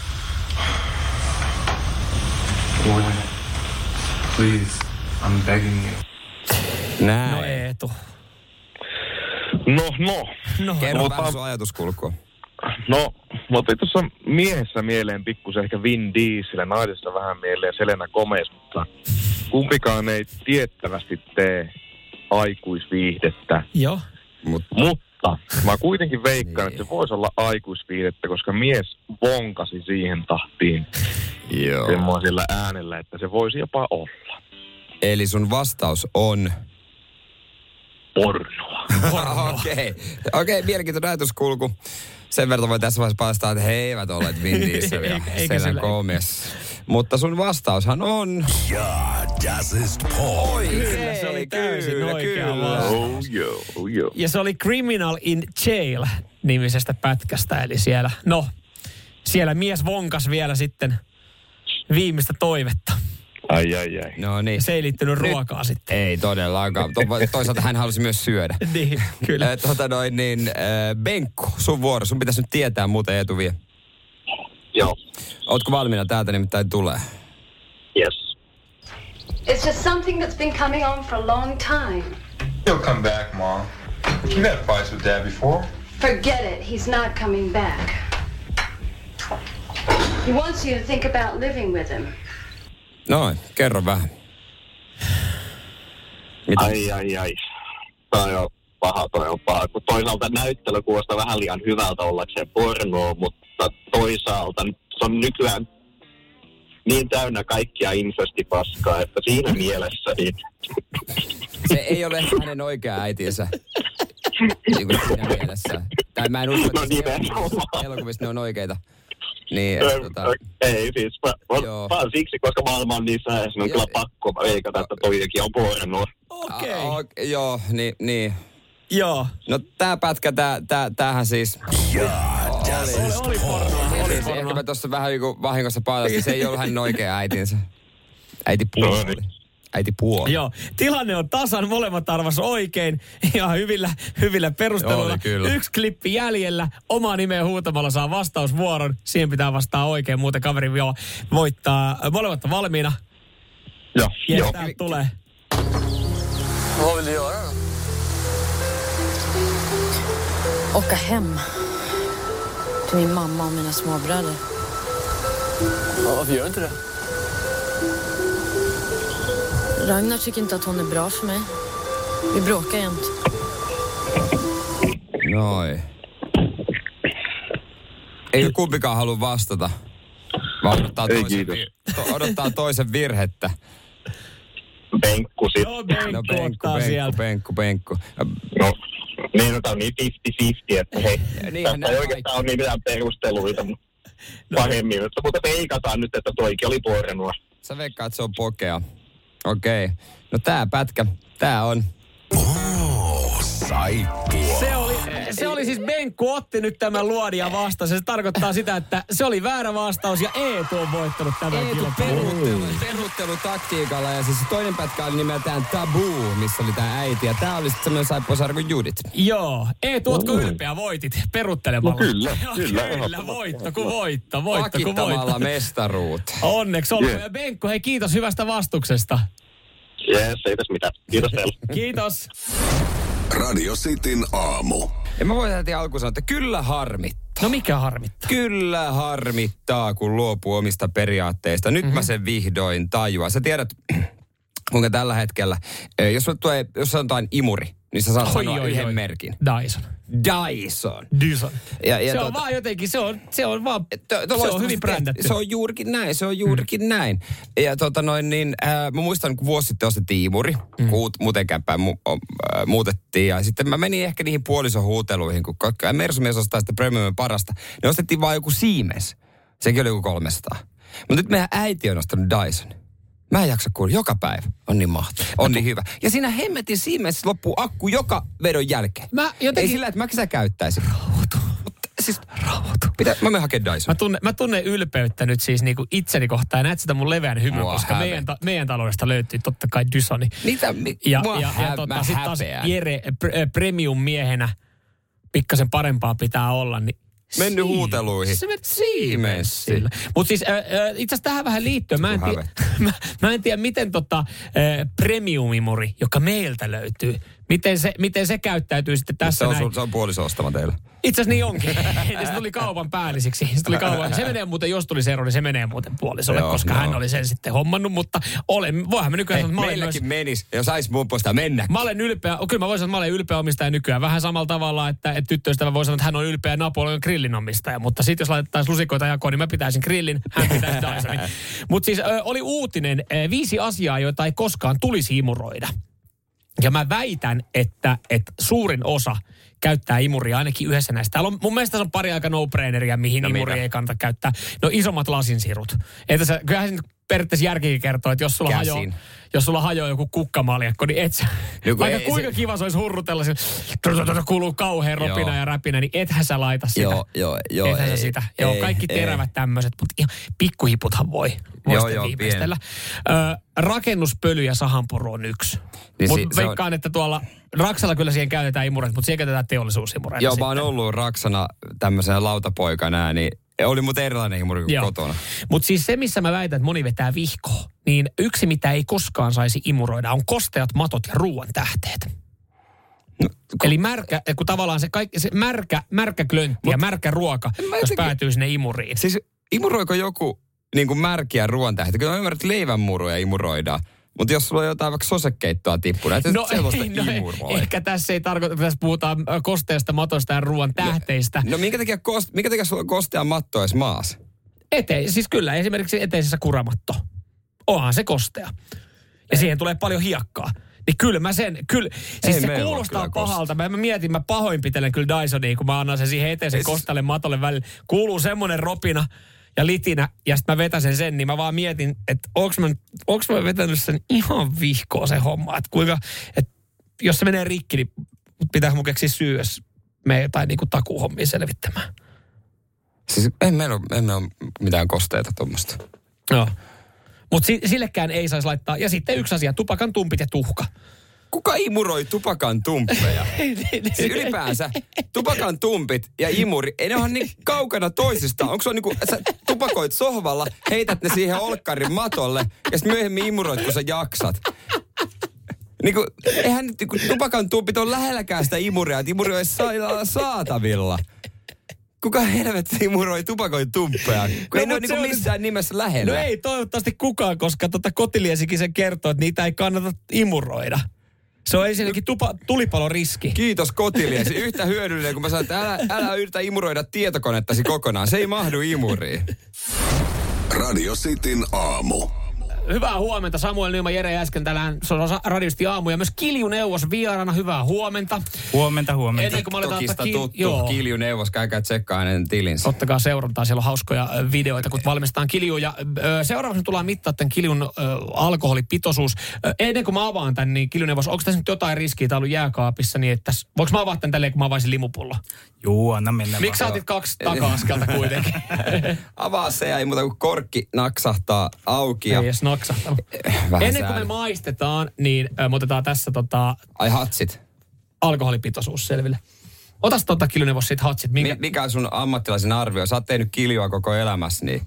Boy, please, I'm begging you. Näin. No Eetu. No, no. No, Kerro no, vähän sun ajatuskulkua. No, mutta tuossa miehessä mieleen pikkusen ehkä Vin Diesel, naisessa vähän mieleen Selena Gomez, mutta kumpikaan ei tiettävästi tee aikuisviihdettä. Joo. Mut. Mutta mä kuitenkin veikkaan, niin. että se voisi olla aikuisviihdettä, koska mies vonkasi siihen tahtiin Joo. semmoisella äänellä, että se voisi jopa olla. Eli sun vastaus on... Pornoa. Okei. Okei, okay, mielenkiintoinen ajatuskulku. Sen verran voi tässä vaiheessa paistaa, että he eivät olleet Vin Diesel ja Selena Gomez. Mutta sun vastaushan on... Ja, das ist Paul. Kyllä, se oli täysin kyllä, oikea kyllä. vastaus. Oh joo, oh joo. Ja se oli Criminal in Jail -nimisestä pätkästä. Eli siellä, no, siellä mies vonkas vielä sitten viimeistä toivetta. Ai, ai, ai. No niin. Se ei liittynyt ruokaa sitten. Ei todellakaan. To- toisaalta hän halusi myös syödä. Niin, kyllä. Eh, Tota noin niin, äh, Benkku, sun vuoro. Sun pitäisi nyt tietää, muuten Eetu vie. Joo. Ootko valmiina? Täältä nimittäin tulee. Yes. It's just something that's been coming on for a long time. He'll come back, Mom. You've had fights with Dad before. Forget it. He's not coming back. He wants you to think about living with him. Noin, kerro vähän. Mitä? Ai, ai, ai. Toi on paha, toi on paha. Kun toisaalta näyttely kuulostaa vähän liian hyvältä ollakseen pornoa, mutta toisaalta se on nykyään niin täynnä kaikkia infestipaskaa, että siinä mielessä niin... Se ei ole hänen oikea äitinsä. Niin kuin siinä mielessä. Tai mä en usko, että No nimenomaan. elokuvissa ne on oikeita. Niin, et, tota... Ei siis, mä, mä, vaan siksi, koska maailma on niin säässä, niin on kyllä pakko veikata, että toikin on pornoa. Okei. Okay. Okay, joo, niin, niin. Joo. No tää pätkä, tää, tää, tämähän siis... Ja, Oli, oli pornoa, oli Ehkä pornoa. mä tuossa vähän joku vahingossa paljastin, se ei ollut hänen oikea äitinsä. Äiti puoli. Äiti puoli. Joo, tilanne on tasan, molemmat arvas oikein. Ihan hyvillä, hyvillä perusteluilla. Yksi klippi jäljellä, omaa nimeä huutamalla saa vastausvuoron. Siihen pitää vastaa oikein, muuten kaveri voittaa. Molemmat on valmiina. Joo. Ja Joo. täältä tulee. Vad vill du göra då? Åka hem. Till min mamma och mina småbröder. Ja, varför gör du inte det? Ragnar tycker inte att hon är bra för mig. Vi bråkar jämt. Noi. Ei kumpikaan halua vastata. Vaan odottaa Ei, toisen, vir- to- odottaa toisen virhettä. Penkku sit. Joo, Benkku No penkku, ottaa penkku, sieltä. penkku, penkku. No, niin on niin viisikymmentä viisikymmentä, että hei, niinhän tästä ei nämä oikeastaan ole niin mitään perusteluita pahemmin. Mutta, mutta veikataan nyt, että toikin oli pornoa. Sä veikkaat, että se on pokea. Okei. Okay. No tää pätkä, tää on. Oh, saippua. Se oli, se oli siis Benkku otti nyt tämän luodia vastaan. Se tarkoittaa sitä, että se oli väärä vastaus ja Eetu on voittanut tämän Eetu kilpailun. peruuttelu, peruuttelutaktiikalla ja siis toinen pätkä oli nimeltään Taboo, missä oli tää äiti. Ja tää oli sitten semmoinen saippuasarja kuin Judit. Joo. Eetu, ootko ylpeä? Voitit peruttelemalla. No kyllä, Joo, kyllä, Kyllä, ehdottomasti. voitto kun voitto, voitto kun Pakittamalla voitto. mestaruut. Onneksi olkoon. Yeah. Ja Benkku, hei kiitos hyvästä vastuksesta. Jees, ei tässä mitään. Kiitos teille. Kiitos. Radio Cityn aamu. Ja mä voin heti alkuun sanoa, että kyllä harmittaa. No mikä harmittaa? Kyllä harmittaa, kun luopuu omista periaatteista. Nyt mm-hmm. mä sen vihdoin tajuan. Sä tiedät, kuinka tällä hetkellä, jos sulle tulee, jos sanotaan imuri, niin sä saat Oi, sanoa oi, yhden oi. merkin. Dyson. Dyson. Dyson. Ja, ja Se tuota, on vaan jotenkin, se on, se on vaan, To, to se on hyvin brändätty. Se on juurikin näin, se on juurikin mm. näin. Ja tota noin niin, äh, mä muistan, kun vuosi sitten ostettiin imuri, mm. kun muuten kämpään mu, äh, muutettiin. Ja sitten mä menin ehkä niihin puolisohuuteluihin, kun Mersumies ostaa sitä premiumin parasta. Ne ostettiin vaan joku Siemens. Sekin oli joku kolmesataa. Mutta nyt meidän äiti on ostanut Dyson. Mä en jaksa kuulla joka päivä. On niin mahtava. On niin hyvä. Ja siinä hemmetin Siemens loppuu akku joka vedon jälkeen. Mä jotenkin... Ei sillä, että mä sitä käyttäisin. Rauhoitu. Siis rauhoitu. Pitää, mä menen hakemaan Dyson. Mä tunnen, mä tunnen ylpeyttä nyt siis niinku itseni kohtaan ja näet sitä mun leveän hymyn, Mua koska hävettää. meidän, ta, meidän taloudesta löytyy totta kai Dysoni. Mitä? Mi, Ja, mua ja, hä, ja tota, mä sit taas häpeän. Jere pre, premium-miehenä pikkasen parempaa pitää olla, niin Mennyt huuteluihin. Se menet Siemensillä. Mutta siis äh, äh, itse asiassa tähän vähän liittyen. Mä en, tie, mä, mä en tiedä, miten tota, äh, premium-imuri, joka meiltä löytyy, miten se, miten se käyttäytyy sitten tässä se on, näin. Se on puoliso ostama teille. Itse asiassa niin onkin. Se tuli kaupan päälliseksi. Se, tuli kaupan. Se menee muuten, jos tuli se ero, niin se menee muuten puolisolle, Joo, koska no. hän oli sen sitten hommannut. Mutta olen, voihan mä nykyään Ei, sanoa, että mä olen meilläkin myös, menis, jos sais mun puolesta mennä. Mä olen ylpeä, kyllä mä voisin sanoa, että mä olen ylpeä omistaja nykyään. Vähän samalla tavalla, että, että tyttöystävä voi sanoa, että hän on ylpeä Napoleon grillin omistaja. Mutta sitten jos laitettaisiin lusikoita jakoon, niin mä pitäisin grillin, hän pitäisi Dysonin. Mutta siis ö, oli uutinen, ö, viisi asiaa, joita ei koskaan tulisi imuroida. Ja mä väitän, että, että suurin osa käyttää imuria ainakin yhdessä näistä. Täällä on, mun mielestä se on pari aika no-braineria, mihin no imuri mitä? Ei kannata käyttää. No isommat lasinsirut. Että sä, kyllähän se periaatteessa järkikin kertoo, että jos sulla hajoaa jos sulla hajoaa joku kukkamaljakko, niin et sä, no, vaikka ei, kuinka se... kiva se olisi hurrutella, se kuuluu kauhean ropina joo. ja räpinä, niin ethän sä laita sitä. Joo, joo, joo. Ethän ei, sä sitä. Ei, joo, kaikki ei, terävät tämmöiset, mutta ihan pikkuhiputhan voi. Voi joo, joo, viimeistellä. Ö, rakennuspöly ja sahanpuru on yksi. Niin mutta si- veikkaan, on... että tuolla Raksalla kyllä siihen käytetään imureita, mutta siihen käytetään teollisuusimureita. Joo, sitten. mä oon ollut Raksana tämmöisenä lautapoikana, niin oli muuten erilainen imuri kuin kotona. Mutta siis se, missä mä väitän, että moni vetää vihkoa, niin yksi, mitä ei koskaan saisi imuroida, on kosteat matot ja ruoan tähteet. No, ko- Eli märkä, kun tavallaan se, kaikki, se märkä, märkä klöntti ja märkä ruoka, jos jotenkin... päätyy sinne imuriin. Siis imuroiko joku niin kuin märkiä ruoan tähteitä? Kyllä mä ymmärrän, että leivänmuruja imuroidaan. Mutta jos sulla on jotain vaikka sosekeittoa tippuna, että no, sellaista no, imuroi. Ehkä tässä ei tarkoita, että tässä puhutaan kosteasta matoista ja ruoan tähteistä. No, no minkä takia, kost, minkä takia sulla on kostea matto edes maassa? Ete, siis kyllä, esimerkiksi eteisessä kuramatto. Onhan se kostea. Ja ei. Siihen tulee paljon hiekkaa. Niin kyllä mä sen, kyllä, siis ei se kuulostaa pahalta. Mä, mä mietin, mä pahoinpitelen kyllä Dysonia, kun mä annan sen siihen eteisen kostalle matolle välillä. Kuuluu semmoinen ropina ja litinä, ja sitten mä vetäsen sen, niin mä vaan mietin, että onks mä, onks mä vetänyt sen ihan vihkoon se homma. Että kuinka, että jos se menee rikki, niin pitää mun keksiä syy, jos me jotain niinku takuuhommia selvittämään. Siis en meillä ole, emme ole mitään kosteita tuommoista. Joo. Mutta si- sillekään ei saisi laittaa. Ja sitten yksi asia, tupakan tumpit ja tuhka. Kuka imuroi tupakan tumppeja? Siis ylipäänsä tupakan tumpit ja imuri, ei ne ole niin kaukana toisistaan. Onko se on niinku, sä tupakoit sohvalla, heität ne siihen olkkarin matolle ja sitten myöhemmin imuroit, kun sä jaksat. Niinku, eihän niinku, tupakan tumpit on lähelläkään sitä imuria, että imuri olisi saatavilla. Kuka helvetti imuroi tupakoin tumppeja? Kun no, ei ne ole niinku missään on... nimessä lähellä. No ei toivottavasti kukaan, koska tota kotiliesikin sen kertoo, että niitä ei kannata imuroida. Se on ensinnäkin tupa, tulipaloriski. Kiitos kotiliesi. Yhtä hyödyllinen, kun mä sanon, että älä, älä yritä imuroida tietokonettasi kokonaan. Se ei mahdu imuriin. Radio Cityn aamu. Hyvää huomenta. Samuel Nyman, Jere äsken tänään. Se on osa Radiosti aamu. Ja myös Kilju Neuvos vieraana. Hyvää huomenta. Huomenta, huomenta. Ennen kuin mä aletaan Tokista ki- tuttu. Joo. Kilju Neuvos, käykää tsekkaa hänen tilinsä. Ottakaa seurantaa. Siellä on hauskoja videoita, kun valmistetaan Kilju. Ja ö, seuraavaksi tullaan mittaa tämän Kiljun ö, alkoholipitoisuus. Ö, ennen kuin mä avaan tämän, niin Kilju Neuvos, onko tässä nyt jotain riskiä? Tää on ollut jääkaapissa, niin että voinko mä avaa tämän tälleen, kun mä avaisin limupullo? Juu, anna mennä. Miksi sä otit kaksi taka-askelta kuitenkin? Avaa se ja ei muuta kuin korkki naksahtaa auki. Ja... Ei edes naksahtanut. Vähän Ennen kuin me maistetaan, niin äh, me otetaan tässä tota... Ai hatsit. Alkoholipitoisuus selville. Otas tota Kilju Neuvos siitä hatsit. Minkä... Mikä on sun ammattilaisen arvio? Sä oot tehnyt kiljua koko elämässä, niin...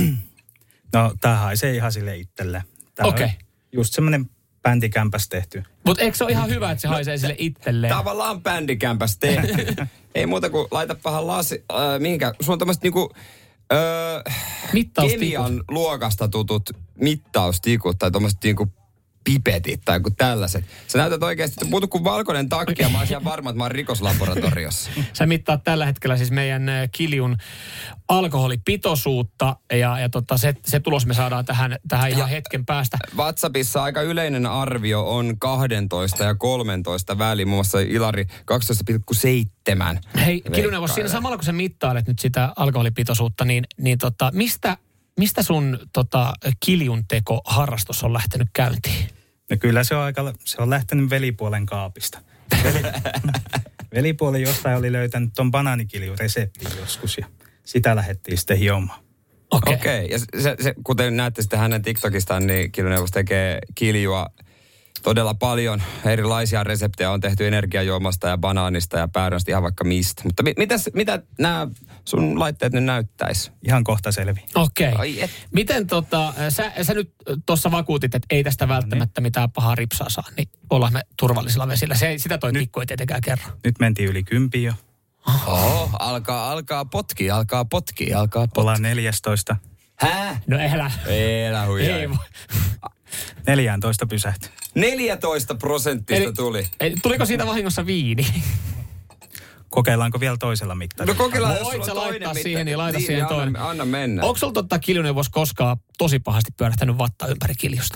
No, tää haisee ihan sille itselle. Okei. Okay. Just semmonen bändikämpäs tehty. Mut eikö se ole ihan hyvä, että se haisee no, sille itselleen? Tavallaan bändikämpäs tehty. Ei muuta kuin laita pahan lasi... Äh, mihinkä? Sulla on tämmöset niinku... Öö, kemian luokasta tutut mittaustikut tai tommoset niinku pipetit tai joku tällaiset. Sä näytät oikeesti, että puhutut kuin valkoinen takki ja mä oon ihan varma, että mä oon rikoslaboratoriossa. Sä mittaat tällä hetkellä siis meidän Kiljun alkoholipitoisuutta ja, ja tota, se, se tulos me saadaan tähän, tähän ihan hetken päästä. WhatsAppissa aika yleinen arvio on kaksitoista ja kolmetoista väliin, muun muassa Ilari kaksitoista pilkku seitsemän. Hei Kilju Neuvos, siinä samalla kun sä mittailet nyt sitä alkoholipitoisuutta, niin, niin tota, mistä... Mistä sun tota, Kiljun teko harrastus on lähtenyt käyntiin? No kyllä se on aika, se on lähtenyt velipuolen kaapista. Veli, velipuoli jostain oli löytänyt ton banaanikilju reseptin joskus ja sitä lähdettiin sitten hiomaan. Okei, okay. okay. Ja se, se, kuten näette sitten hänen TikTokistaan, niin Kilju Neuvos tekee kiljua todella paljon. Erilaisia reseptejä on tehty energiajuomasta ja banaanista ja päärynästä ihan vaikka mistä. Mutta mi, mitäs, mitä nämä sun laitteet nyt näyttäisi? Ihan kohta selvi. Okei. Okay. Miten tota, sä, sä nyt tuossa vakuutit, että ei tästä välttämättä mitään pahaa ripsaa saa, niin ollaan me turvallisilla vesillä. Se, sitä toi pikku ei tietenkään kerro. Nyt mentiin yli kympiin jo. Oho, alkaa, alkaa potki, alkaa potki, alkaa potki. Ollaan neljästoista. Hää? No elä. Elä huijaa. Ei voi. neljätoista pysähty. neljätoista prosenttista eli, tuli. Eli, tuliko siitä vahingossa viini? Kokeillaanko vielä toisella mittarilla? No kokeillaan, jos voit sä laittaa mitta- siihen, niin laita niin, siihen anna, toinen. Anna mennä. Onko sulla totta Kilju Neuvos koskaan tosi pahasti pyörähtänyt vatta ympäri kiljusta?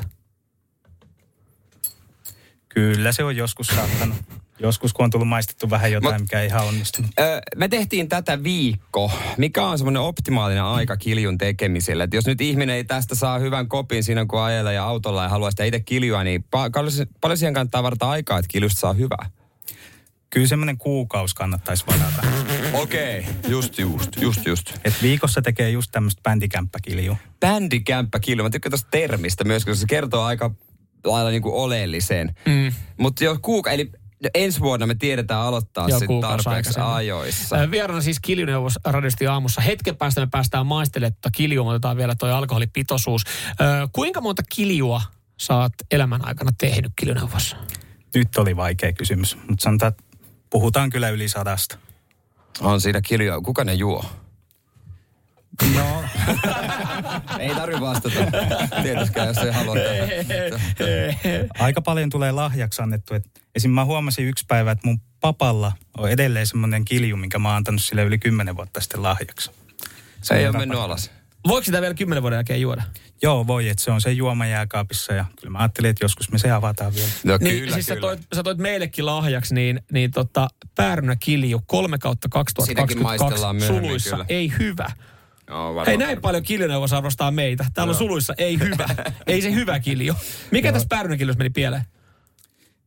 Kyllä se on joskus saattanut. Joskus kun on tullut maistettu vähän jotain, Mut, mikä ei ihan onnistunut. Öö, me tehtiin tätä viikko. Mikä on semmoinen optimaalinen aika kiljun tekemiselle? Et jos nyt ihminen ei tästä saa hyvän kopin siinä, kun ajelee ja autolla ja haluaa sitä itse kiljua, niin pa- paljon siihen kannattaa varata aikaa, että kiljusta saa hyvää? Kyllä semmoinen kuukausi kannattaisi varata. Okei, okay. just just, just just. Et viikossa tekee just tämmöistä bändikämppäkiljua. Bändikämppäkiljua. Mä tykkään tuosta termistä myös, koska se kertoo aika lailla niin kuin oleelliseen. Mm. Mutta jo kuuka, eli ensi vuonna me tiedetään aloittaa sitten tarpeeksi ajoissa. Vieraana siis Kilju Neuvos Radiosti aamussa. Hetken päästä me päästään maistelemaan tuota kiljua, me otetaan vielä toi alkoholipitoisuus. Ö, kuinka monta kiljua sä oot elämän aikana tehnyt, Kilju Neuvos? Nyt oli vaikea kysymys, mutta sanotaan, että puhutaan kyllä yli sadasta. On siinä kiljua. Kuka ne juo? No. Ei tarvitse vastata. Tietyskään, jos ei halua. Aika paljon tulee lahjaksi annettu. Esim. Mä huomasin yksi päivä, että mun papalla on edelleen semmoinen kilju, minkä mä oon antanut sille yli kymmenen vuotta sitten lahjaksi. Se ei ole mennyt alas. Voiko sitä vielä kymmenen vuoden jälkeen juoda? Joo, voi, että se on se juoma jääkaapissa ja kyllä mä ajattelin, että joskus me se avataan vielä. No, niin, kyllä, siis kyllä. Sä, toit, sä toit meillekin lahjaksi, niin, niin tota, päärynäkilju kolme kautta kaksituhattakaksikymmentäkaksi suluissa kyllä. Ei hyvä. No, varmaan, Hei, näin varmaan. paljon Kilju Neuvos arvostaa meitä. Täällä no. on suluissa ei hyvä. Ei se hyvä kilju. Mikä no. tässä päärynäkiljussa meni pieleen?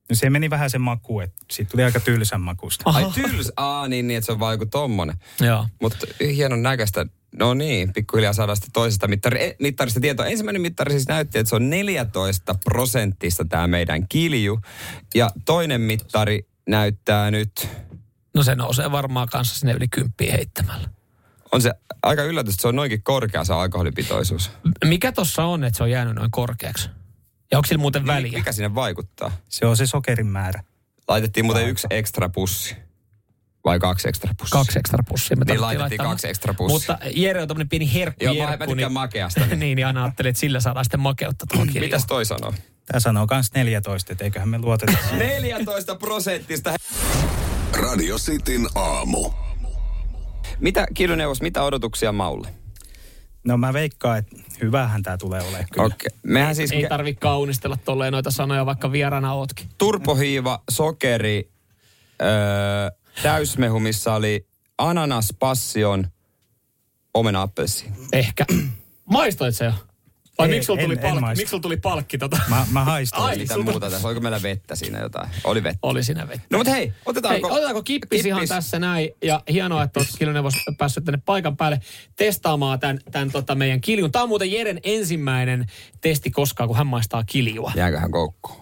No se meni vähän sen makuun, että siitä tuli aika tylsän makusta. Ai tylsä? Aa niin, niin, että se on vaan joku tommonen. Joo. Mutta hienon näköistä. No niin, pikkuhiljaa saadaan sitten toisesta mittari, mittarista tietoa. Ensimmäinen mittari siis näytti, että se on neljätoista prosenttista tämä meidän kilju. Ja toinen mittari näyttää nyt... No se nousee varmaan kanssa sinne yli kymppiä heittämällä. On se aika yllätys, että se on noinkin korkea se alkoholipitoisuus. Mikä tossa on, että se on jäänyt noin korkeaksi? Ja onko sillä muuten väliä? Mikä sinne vaikuttaa? Se on se sokerin määrä. Laitettiin muuten yksi ekstra pussi. Vai kaksi ekstra pussia? Kaksi ekstra pussia. Me niin laitettiin laittaa. kaksi ekstra pussia. Mutta Jere on tämmöinen pieni herkku. Joo, jerkku, mä tykkään niin, makeasta. niin, niin aina ajattelin, että sillä saadaan sitten makeutta tuohon kirjoon. Mitäs toi sanoo? Tää sanoo kans neljätoista, et eiköhän me luoteta. neljätoista prosenttista. Radio Cityn aamu. Mitä, Kiljuneuvos, mitä odotuksia Maulle? No mä veikkaan, että hyvähän tää tulee olemaan kyllä. Okay. Mehän siis... Ei tarvi kaunistella tolleen noita sanoja, vaikka vieraana ootkin. Turpohiiva, sokeri, öö, täysmehu, missä oli ananas, passion, omena, appelsiin. Ehkä. Maistoit se jo? Vai Ei, miksi sulla tuli, en, palkki, en miksi sulla tuli palkki tota? Mä, mä haistoin. Ai, mitä muuta tässä? Oliko meillä vettä siinä jotain? Oli vettä. Oli siinä vettä. No mutta hei, otetaanko... Hei, otetaanko kippis, kippis ihan tässä näin. Ja hienoa, että olet Kiljuneuvos päässyt tänne paikan päälle testaamaan tämän, tämän tota meidän kiljun. Tämä on muuten Jeren ensimmäinen testi koskaan, kun hän maistaa kiljua. Jääköhän koukkuun?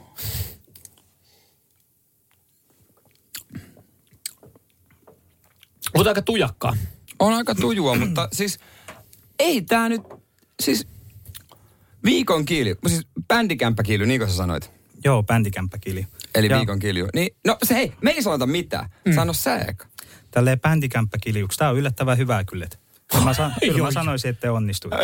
Mutta aika tujakkaa. On aika tujua, mutta siis ei tää nyt... Siis viikon kilju, siis bändikämppäkilju, niin kuin sä sanoit. Joo, bändikämppäkilju. Eli ja. viikon kilju. Niin, no se hei, me ei sanota mitään. Mm. Sano sä eka. Tälleen bändikämppäkiljuksi. Tää on yllättävän hyvä kyllä. Kyllä mä, san, kyllä mä sanoisin, että te onnistuitte.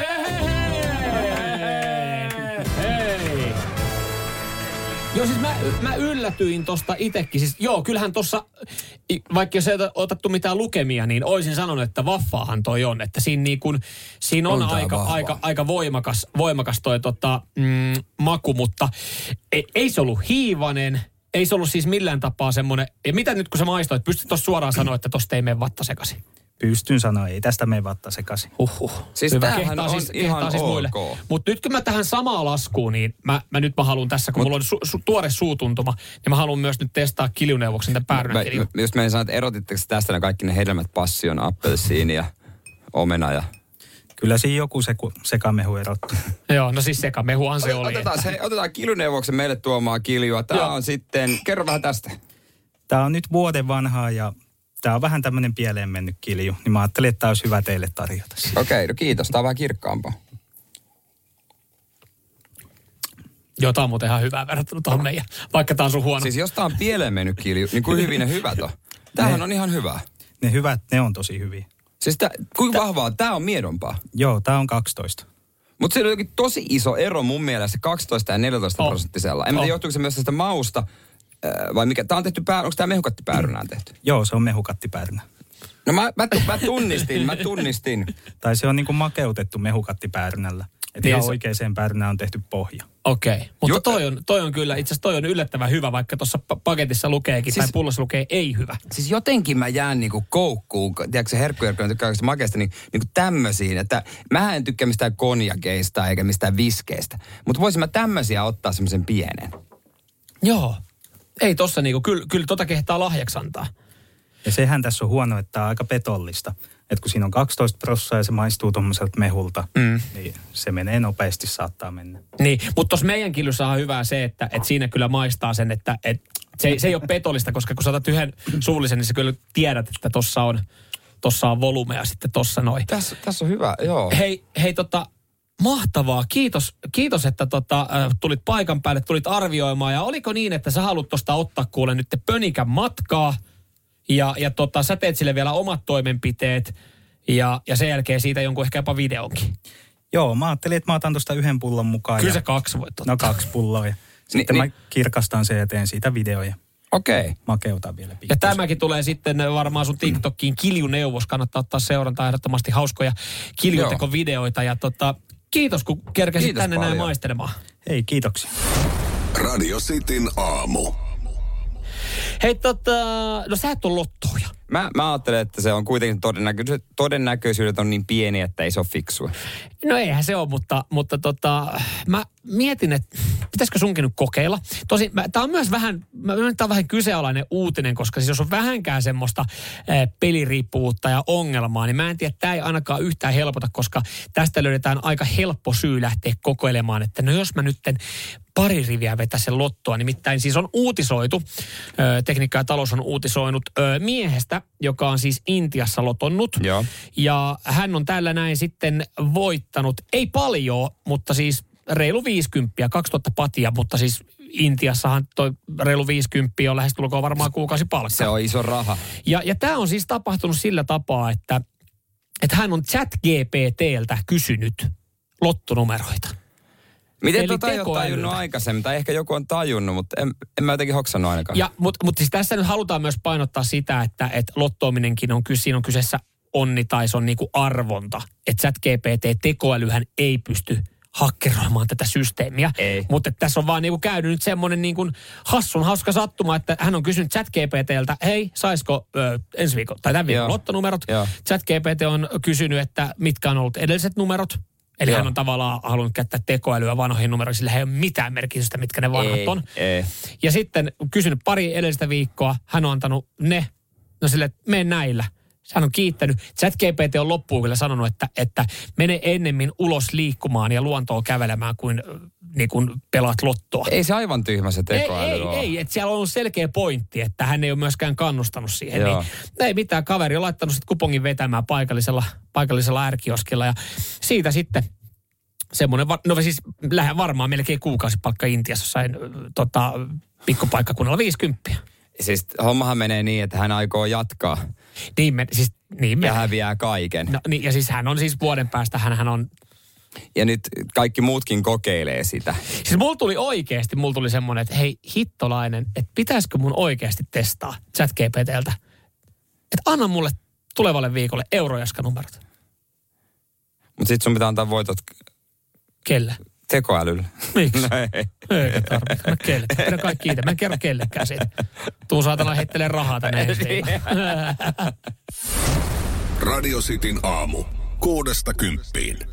Joo, siis mä, mä yllätyin tosta itekin. Siis joo, kyllähän tossa, vaikka jos ei otettu mitään lukemia, niin oisin sanonut, että vaffaahan toi on. Että siinä, niin kun, siinä on, on aika, aika, aika voimakas, voimakas toi tota, mm, maku, mutta ei, ei se ollut hiivanen. Ei se ollut siis millään tapaa semmoinen. Ja mitä nyt kun sä maistoit, pystyt tuossa suoraan sanoa, että tosta ei mene vatta sekaisin? Pystyn sanoa, ei tästä mene vatta sekaisin. Huhhuh. Siis hyvä, tämähän on siis, ihan siis ok. Mutta nyt kun mä tähän samaan laskuun, niin mä, mä nyt mä haluan tässä, kun Mut, mulla on su, su, tuore suutuntuma, niin mä haluan myös nyt testaa Kiljuneuvoksen tämän päärynän kilju. Just mä en sano, että erotitteko tästä ne kaikki ne hedelmät, passion, appelsiini ja omena ja... Kyllä siinä joku seku, sekamehu erottu. Joo, no siis sekamehuhan se oli. Otetaan, se, otetaan Kiljuneuvoksen meille tuomaa kiljua. Tämä on sitten, kerro vähän tästä. Tämä on nyt vuoden vanhaa ja tämä on vähän tämmöinen pieleen mennyt kilju. Niin mä ajattelin, että tämä olisi hyvä teille tarjota. Okei, okay, no kiitos. Tämä on vähän kirkkaampaa. Joo, tämä on muuten ihan hyvä verrattuna tuohon meidän, vaikka tämä on sun huono. Siis jos tämä on pieleen mennyt kilju, niin kuin hyvin ne hyvät on. Tämähän on ihan hyvä. Ne hyvät, ne on tosi hyviä. Siis tää, kuinka Tää, vahvaa? Tämä on miedompaa. Joo, tämä on kaksitoista. Mutta siinä on jokin tosi iso ero mun mielestä kaksitoista ja neljätoista oh. prosenttisella. En oh. tiedä, johtuuko se myös tästä mausta, äh, vai mikä? Tämä on tehty, pää, onko tämä mehukattipäärynään tehty? Joo, se on mehukattipäärynä. No mä, mä, mä tunnistin, mä tunnistin. Tai se on niinku makeutettu mehukattipäärynällä. Että ihan oikeaan päärynään on tehty pohja. Okei, okay. mutta toi on, toi on kyllä, itse asiassa toi on yllättävän hyvä, vaikka tuossa paketissa lukeekin, siis, tai pullossa lukee ei hyvä. Siis jotenkin mä jään niinku koukkuun, tiedätkö se herkkujerkkoinen tykkää kaikista makeista, niin niinku tämmöisiin, että mähän en tykkää mistään konjakeista eikä mistään viskeistä, mutta voisin mä tämmöisiä ottaa semmoisen pienen. Joo, ei tossa niinku, kyllä, kyllä tota kehtaa lahjaksi antaa. Ja sehän tässä on huono, että tämä on aika petollista. Että kun siinä on kaksitoista prosenttia ja se maistuu tuommoiselta mehulta, mm. niin se menee nopeasti, saattaa mennä. Niin, mutta tuossa meidän kiljussa on hyvää se, että, että siinä kyllä maistaa sen, että, että se, se ei ole petollista, koska kun sä otat yhden suullisen, niin sä kyllä tiedät, että tuossa on, tossa on volumea sitten tuossa noin. Tässä, tässä on hyvä, joo. Hei, hei tota, mahtavaa. Kiitos, kiitos että tota, äh, tulit paikan päälle, tulit arvioimaan. Ja oliko niin, että sä haluat tuosta ottaa kuule nyt pönikän matkaa? Ja, ja tota, sä teet sille vielä omat toimenpiteet ja, ja sen jälkeen siitä jonkun ehkä jopa videonkin. Joo, mä ajattelin, että mä otan tuosta yhden pullon mukaan. Kyllä ja, se kaksi voit ottaa. No kaksi pulloa ja sitten ni, mä kirkastan sen ja teen siitä videoja. Okei. Okay. Makeutan vielä pikkuisen. Ja tämäkin tulee sitten varmaan sun TikTokiin. Kiljuneuvos, kannattaa ottaa seurantaa, ehdottomasti hauskoja kiljutekovideoita. Ja tota, kiitos kun kerkesit kiitos tänne paljon. Näin maistelemaan. Hei, kiitoksia. Radio Cityn aamu. Hei tota, no sä et ole lottoja. Mä, mä ajattelen, että se on kuitenkin todennäköisyydet, todennäköisyydet on niin pieni, että ei se ole fiksua. No eihän se ole, mutta, mutta tota, mä mietin, että pitäisikö sunkin nyt kokeilla. Tosin tämä on myös vähän, mä, tää on vähän kyseenalainen uutinen, koska siis jos on vähänkään semmoista ää, peliriippuvuutta ja ongelmaa, niin mä en tiedä, että tämä ei ainakaan yhtään helpota, koska tästä löydetään aika helppo syy lähteä kokoilemaan, että no jos mä nytten pari riviä vetä sen lottoa. Nimittäin siis on uutisoitu, ö, Tekniikka ja talous on uutisoinut ö, miehestä, joka on siis Intiassa lotonnut. Joo. Ja hän on tällä näin sitten voittanut, ei paljon, mutta siis reilu viisikymppiä, kaksituhatta patia, mutta siis Intiassahan toi reilu viisikymppiä on lähestulkoon varmaan kuukausipalkka. Se on iso raha. Ja, ja tämä on siis tapahtunut sillä tapaa, että, että hän on ChatGPTltä kysynyt lottonumeroita. Miten Eli tota ei ole tajunnut aikaisemmin? Tai ehkä joku on tajunnut, mutta en, en mä jotenkin hoksannut ainakaan. Ja, mutta, mutta siis tässä nyt halutaan myös painottaa sitä, että, että lottoominenkin on, siinä on kyseessä onni tai se on niin kuin arvonta. Että ChatGPT-tekoälyhän ei pysty hakkeroimaan tätä systeemiä. Ei. Mutta tässä on vaan niin kuin käynyt nyt semmoinen niin kuin hassun hauska sattuma, että hän on kysynyt ChatGPTltä, hei, saisiko ö, ensi viikon tai tämän viikon lottonumerot. Joo. ChatGPT on kysynyt, että mitkä on ollut edelliset numerot. Eli Joo. hän on tavallaan halunnut käyttää tekoälyä vanhoihin numeroihin, sillä ei ole mitään merkitystä, mitkä ne vanhat ei, on. Ei. Ja sitten kysynyt pari edellistä viikkoa, hän on antanut ne, no sille, että mene näillä. Hän on kiittänyt. ChatGPT on loppuun kyllä sanonut, että, että mene ennemmin ulos liikkumaan ja luontoon kävelemään kuin, niin kuin pelaat lottoa. Ei se aivan tyhmä se tekoäly Ei, ei, ei, että siellä on ollut selkeä pointti, että hän ei ole myöskään kannustanut siihen. Joo. Niin, ei mitään, kaveri on laittanut sitten kupongin vetämään paikallisella, paikallisella ärkioskilla ja siitä sitten semmoinen, no siis lähden varmaan melkein kuukausipalkka Intiassa jossain tota, pikkupaikkakunnalla viisikymppiä. Siis hommahan menee niin, että hän aikoo jatkaa. Niin, me, siis, niin ja häviää kaiken. No, niin, ja siis hän on siis vuoden päästä, hän on... Ja nyt kaikki muutkin kokeilee sitä. Siis mulla tuli oikeasti, mulla tuli semmoinen, että hei hittolainen, että pitäisikö mun oikeasti testaa ChatGPTltä, että anna mulle tulevalle viikolle eurojaskan-numerot. Mutta sit sun pitää antaa voitot... Kelle? Tekoälyllä. Miksi? No ei. Eikä tarvitse. Mä kelle. Pidä kaikki kiitä. Mä en kerro kellekään siitä. Tuu saatana heittelee rahaa tänne ensin. Radio Cityn aamu. Kuudesta kymppiin.